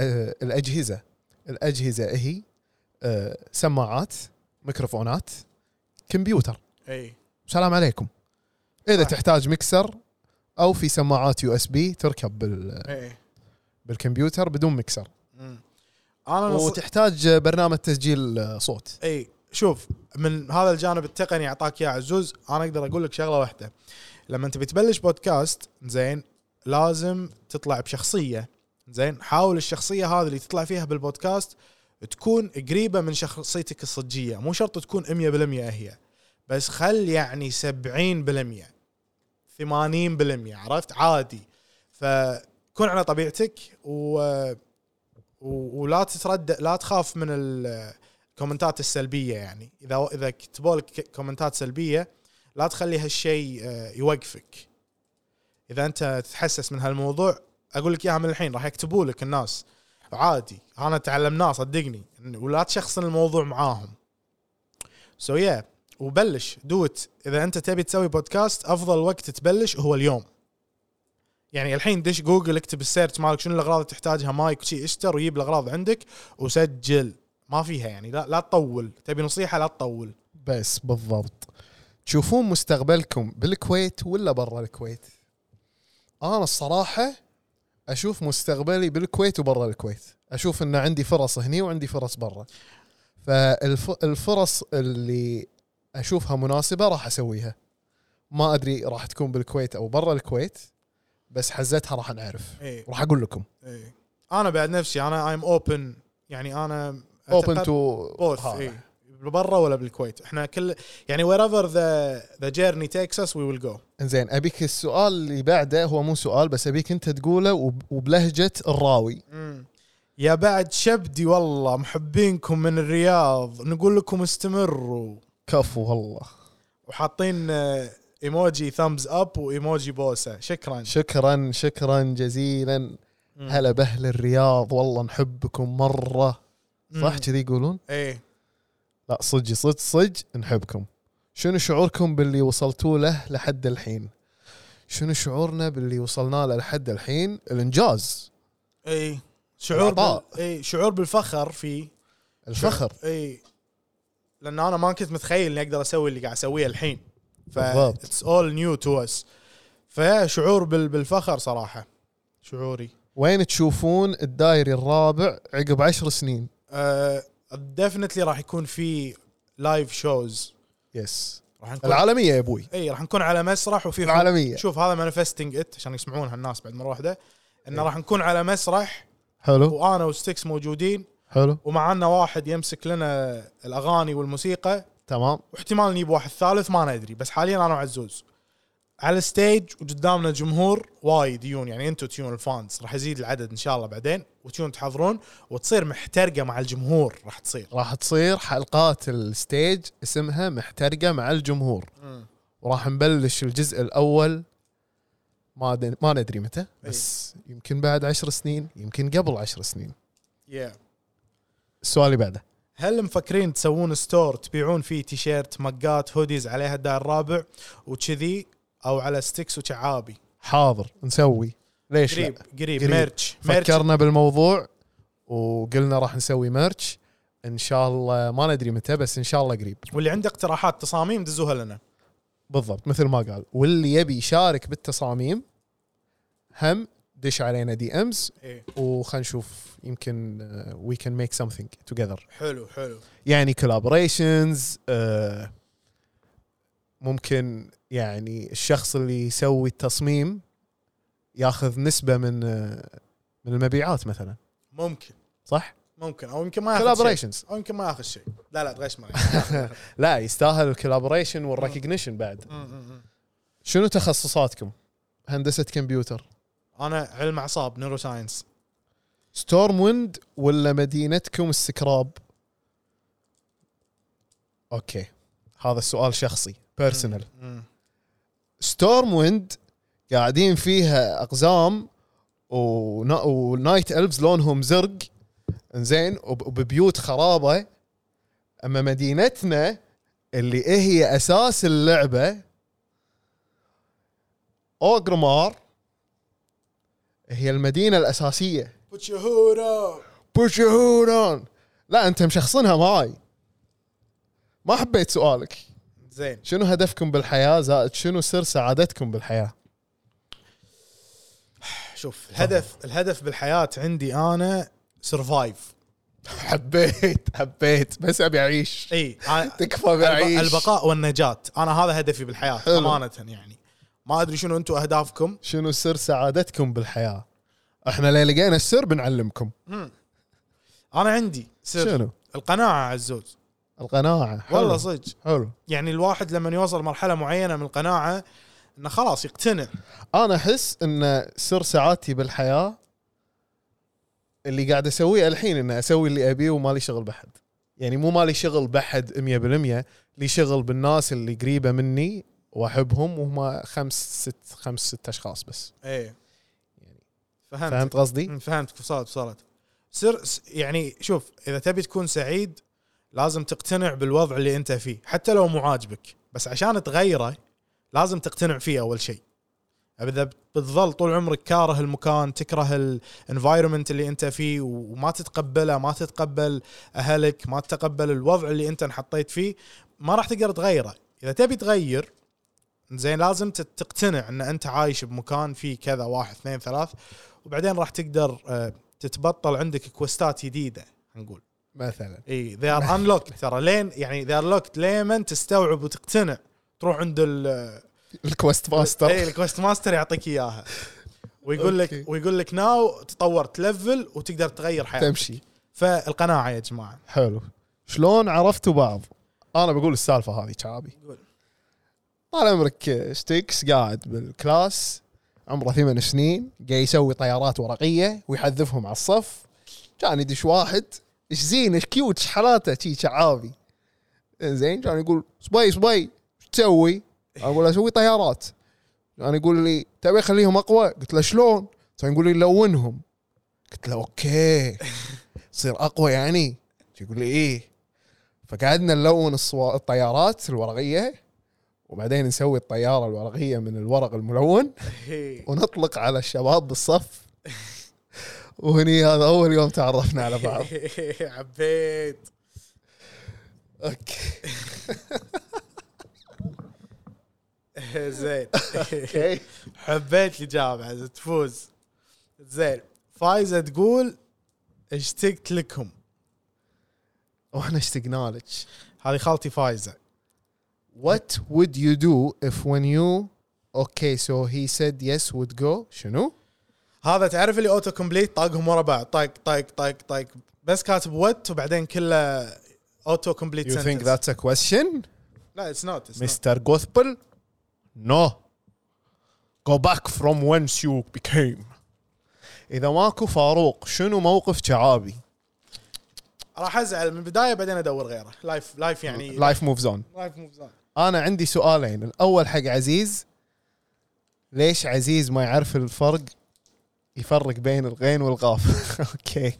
الأجهزة هي سماعات، ميكروفونات، كمبيوتر. سلام عليكم. إذا تحتاج ميكسر أو في سماعات USB تركب بالكمبيوتر بدون ميكسر. وتحتاج برنامج تسجيل صوت. شوف، من هذا الجانب التقني أعطاك يا عزوز، أنا أقدر أقول لك شغلة واحدة. لما أنت بتبلش بودكاست زين، لازم تطلع بشخصية. زين، حاول الشخصية هذه اللي تطلع فيها بالبودكاست تكون قريبة من شخصيتك الصجية. مو شرط تكون 100% هي، بس خل يعني 70% 80%، عرفت؟ عادي. فكون على طبيعتك ولا تتردد، لا تخاف من الكومنتات السلبية. يعني إذا كتبوا لك كومنتات سلبية لا تخلي هالشيء يوقفك. إذا أنت تتحسس من هالموضوع، أقول لك إياها من الحين، راح يكتبوا لك الناس عادي. أنا تعلمناه صدقني، ولا تشخصن الموضوع معاهم. وبلش دوت. إذا أنت تبي تسوي بودكاست، أفضل وقت تبلش هو اليوم. يعني الحين دش جوجل، اكتب السيرش مالك شنو الأغراض اللي تحتاجها، مايك وشي، اشتر ويجيب الأغراض عندك وسجل. ما فيها يعني، لا تطول. تبي نصيحة، لا تطول. بس بالضبط. تشوفون مستقبلكم بالكويت ولا برا الكويت؟ أنا الصراحة أشوف مستقبلي بالكويت وبرا الكويت. أشوف إن عندي فرص هني وعندي فرص برا، فالفرص اللي أشوفها مناسبة راح أسويها. ما أدري راح تكون بالكويت أو برا الكويت، بس حزتها راح نعرف. إيه. راح أقول لكم. إيه. أنا بعد نفسي أنا I'm open، يعني أنا open to both. إيه. برا ولا بالكويت، إحنا كل يعني wherever the journey takes us we will go. إنزين، أبيك السؤال اللي بعده هو مو سؤال بس، أبيك أنت تقوله وبلهجة الراوي. يا بعد شبدي والله محبينكم من الرياض، نقول لكم استمروا. كفو والله. وحاطين ايموجي ثامز اب وايموجي بوسه. شكرا جزيلا. هلا بأهل الرياض، والله نحبكم مرة. صح كذي يقولون؟ ايه لا صدق نحبكم. شنو شعوركم باللي وصلتوا له لحد الحين؟ شنو شعورنا باللي وصلنا له لحد الحين؟ الانجاز. ايه شعور بالفخر فيه. الفخر. ايه لان انا ما كنت متخيل اني اقدر اسوي اللي قاعد اسويه الحين. it's all new to us. فشعور بالفخر صراحة شعوري. وين تشوفون الدايري الرابع عقب 10 سنين؟ definitely راح يكون في لايف شوز. يس راح نكون العالمية يا ابوي. اي راح نكون على مسرح وفي العالمية. شوف هذا مانيفستنج ات عشان يسمعونها الناس بعد مرة واحدة، انه راح نكون على مسرح. حلو. وانا وستيكس موجودين. حلو. ومعنا واحد يمسك لنا الاغاني والموسيقى. تمام. واحتمال نجيب واحد ثالث ما ندري، بس حاليا انا وعزوز على الستيج وقدامنا جمهور وايد يجون، يعني انتو تيون الفانز راح يزيد العدد ان شاء الله بعدين، وتيون تحضرون وتصير محترقة مع الجمهور. راح تصير حلقات الستيج اسمها محترقة مع الجمهور. وراح نبلش الجزء الاول ما ندري متى، بس يمكن بعد 10 سنين، يمكن قبل 10 سنين. السؤال اللي بعده، هل مفكرين تسوون ستور تبيعون فيه تيشيرت مقات هوديز عليها الداير الرابع وكذي، او على ستيكس وشعابي؟ حاضر نسوي. ليش قريب ميرش. فكرنا بالموضوع وقلنا راح نسوي ميرش ان شاء الله، ما ندري متى بس ان شاء الله قريب. واللي عنده اقتراحات تصاميم دزوها لنا. بالضبط مثل ما قال. واللي يبي يشارك بالتصاميم هم دش علينا دي امز وخلنا نشوف يمكن we can make something together. حلو يعني collaborations. ممكن يعني الشخص اللي يسوي التصميم ياخذ نسبة من المبيعات مثلا. ممكن. صح. ممكن او يمكن ما ياخذ collaborations. او يمكن ما ياخذ شيء. لا تغش مرة. لا يستاهل الكولابوريشن والريكوجنيشن بعد. شنو تخصصاتكم؟ هندسة كمبيوتر. انا علم اعصاب نيورو ساينس. ستورم ويند ولا مدينتكم السكراب؟ اوكي هذا السؤال شخصي بيرسونال. ستورم ويند قاعدين فيها اقزام ونايت ألبز لونهم زرق انزين وببيوت خرابة. اما مدينتنا اللي هي اساس اللعبة اوغرمار هي المدينة الاساسية. بوشهوران. لا انت مشخصنها معاي. ما حبيت سؤالك. زين. شنو هدفكم بالحياة زائد شنو سر سعادتكم بالحياة؟ شوف الهدف بالحياة عندي انا سرفايف. حبيت بس ابي اعيش. اي تكفى بعيش. البقاء والنجاة. انا هذا هدفي بالحياة امانة. يعني ما ادري شنو انتم اهدافكم. شنو سر سعادتكم بالحياة؟ احنا ليه لقينا السر بنعلمكم. انا عندي سر. شنو؟ القناعة عزوز. القناعة. والله صدق. حلو. يعني الواحد لما يوصل مرحلة معينة من القناعة انه خلاص يقتنع. انا احس ان سر سعادتي بالحياة اللي قاعد اسويه الحين، ان اسوي اللي ابيه ومالي شغل بحد. يعني مو مالي شغل بحد 100%، لي شغل بالناس اللي قريبة مني واحبهم، وهم 5 6 اشخاص بس. ايه يعني فهمت قصدي. فهمت. وصلت سر. يعني شوف اذا تبي تكون سعيد لازم تقتنع بالوضع اللي انت فيه حتى لو مو عاجبك، بس عشان تغيره لازم تقتنع فيه اول شيء. اذا بتظل طول عمرك كاره المكان، تكره الانفايرمنت اللي انت فيه وما تتقبله، ما تتقبل اهلك، ما تتقبل الوضع اللي انت انحطيت فيه، ما راح تقدر تغيره. اذا تبي تغير زين لازم تقتنع ان انت عايش بمكان فيه كذا 1 2 3 وبعدين راح تقدر تتبطل عندك كوستات جديده نقول مثلا. اي they are unlocked ترى لين يعني they are locked لين تستوعب وتقتنع تروح عند الكوست ماستر. اي الكوست ماستر يعطيك اياها ويقول لك ناو تطورت ليفل وتقدر تغير حياتك تمشي. فالقناعه يا جماعه. حلو. شلون عرفتوا بعض؟ انا بقول السالفه هذه شعبي. طال عمرك ستيكس قاعد بالكلاس عمره 8 سنين قاعد يسوي طيارات ورقيه ويحذفهم على الصف. كان يدش واحد ايش زين ايش كيوت ايش حالاته شي شعابي زين. كان يقول صبي ايش تسوي؟ اقول اسوي طيارات. كان يقول لي تبي اخليهم اقوى؟ قلت له شلون؟ كان يقول لي لونهم. قلت له اوكي تصير اقوى يعني؟ يقول لي ايه. فقعدنا نلون الطيارات الورقيه وبعدين نسوي الطياره الورقيه من الورق الملون ونطلق على الشباب بالصف. وهني هذا اول يوم تعرفنا على بعض. عبيت. اوكي زين. حبيت الاجابه تفوز. زين فايزه تقول اشتقت لكم. واحنا اشتقنا لك. هذه خالتي فايزه. What would you do if when you okay so he said yes would go شنو؟ هذا تعرف اللي اوتو كومبليت طاقهم ورا بعض طاق بس كاتب وات وبعدين كله اوتو كومبليت. You think that's a question? لا it's not. Mr. Gospel? No. Go back from whence you became. إذا ماكو فاروق شنو موقف شعابي؟ راح ازعل من البدايه بعدين ادور غيره. لايف يعني life moves on. أنا عندي سؤالين. الأول حق عزيز. ليش عزيز ما يعرف يفرق بين الغين والغاف؟ أوكي.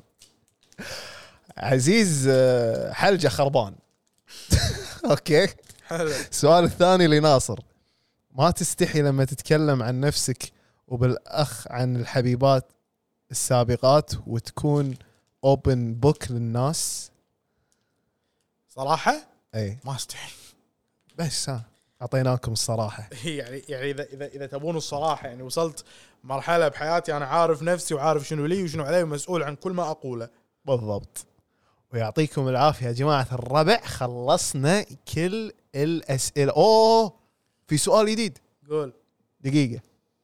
عزيز حلجة خربان. أوكي. السؤال الثاني لناصر. ما تستحي لما تتكلم عن نفسك وبالأخ عن الحبيبات السابقات وتكون open book للناس؟ صراحة أي ما استحي بس أعطيناكم الصراحة. يعني إذا تبون الصراحة يعني وصلت مرحلة بحياتي أنا عارف نفسي وعارف شنو لي وشنو علي ومسؤول عن كل ما أقوله. بالضبط. ويعطيكم العافية يا جماعة الربع. خلصنا كل الأسئلة. في سؤال جديد. قول. دقيقة.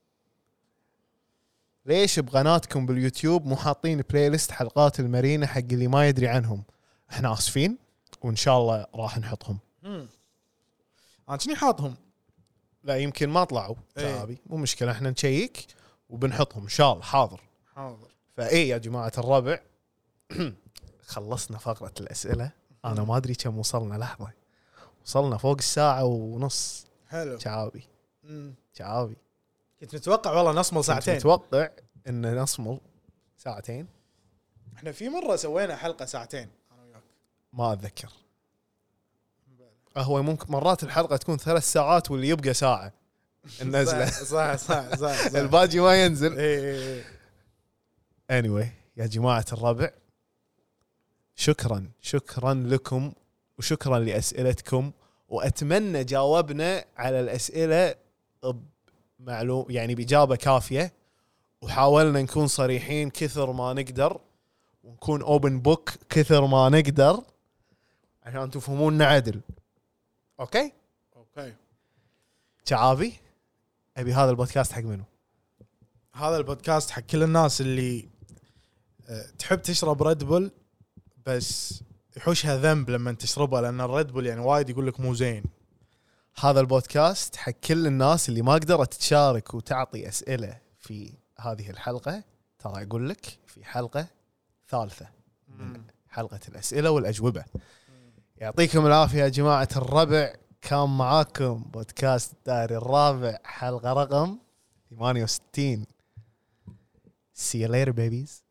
ليش بقناتكم باليوتيوب مو حاطين بلاي ليست حلقات المارينا حق اللي ما يدري عنهم؟ احنا آسفين وإن شاء الله راح نحطهم. أنا شني حاطهم؟ لا يمكن ما طلعوا شعابي. مو مشكلة احنا نشيك وبنحطهم إن شاء الله. حاضر. فإيه يا جماعة الربع. خلصنا فقرة الأسئلة. أنا ما أدري كم وصلنا. لحظة. وصلنا فوق 1.5 ساعة. حلو شعابي. شعابي. كنت متوقع والله نصمل ساعتين. متوقع إن نصمل ساعتين. احنا في مرة سوينا حلقة ساعتين أنا وياك. ما أتذكر. هو ممكن مرات الحلقة تكون 3 ساعات واللي يبقى ساعة النزلة. صح. الباقي ما ينزل. إيه. anyway يا جماعة الربع شكرا لكم وشكرا لأسئلتكم وأتمنى جاوبنا على الأسئلة بمعلوم يعني بإجابة كافية وحاولنا نكون صريحين كثر ما نقدر ونكون open book كثر ما نقدر عشان تفهموننا عدل. أوكي شعابي أبي هذا البودكاست حق منو؟ هذا البودكاست حق كل الناس اللي تحب تشرب ريد بول بس يحوشها ذنب لما تشربها لأن الريد بول يعني وايد يقول لك مو زين. هذا البودكاست حق كل الناس اللي ما قدرت تشارك وتعطي أسئلة في هذه الحلقة. ترى أقول لك في حلقة ثالثة من حلقة الأسئلة والأجوبة. يعطيكم العافية يا جماعة الربع. كان معاكم بودكاست داري الرابع حلقة رقم 68. See you later babies.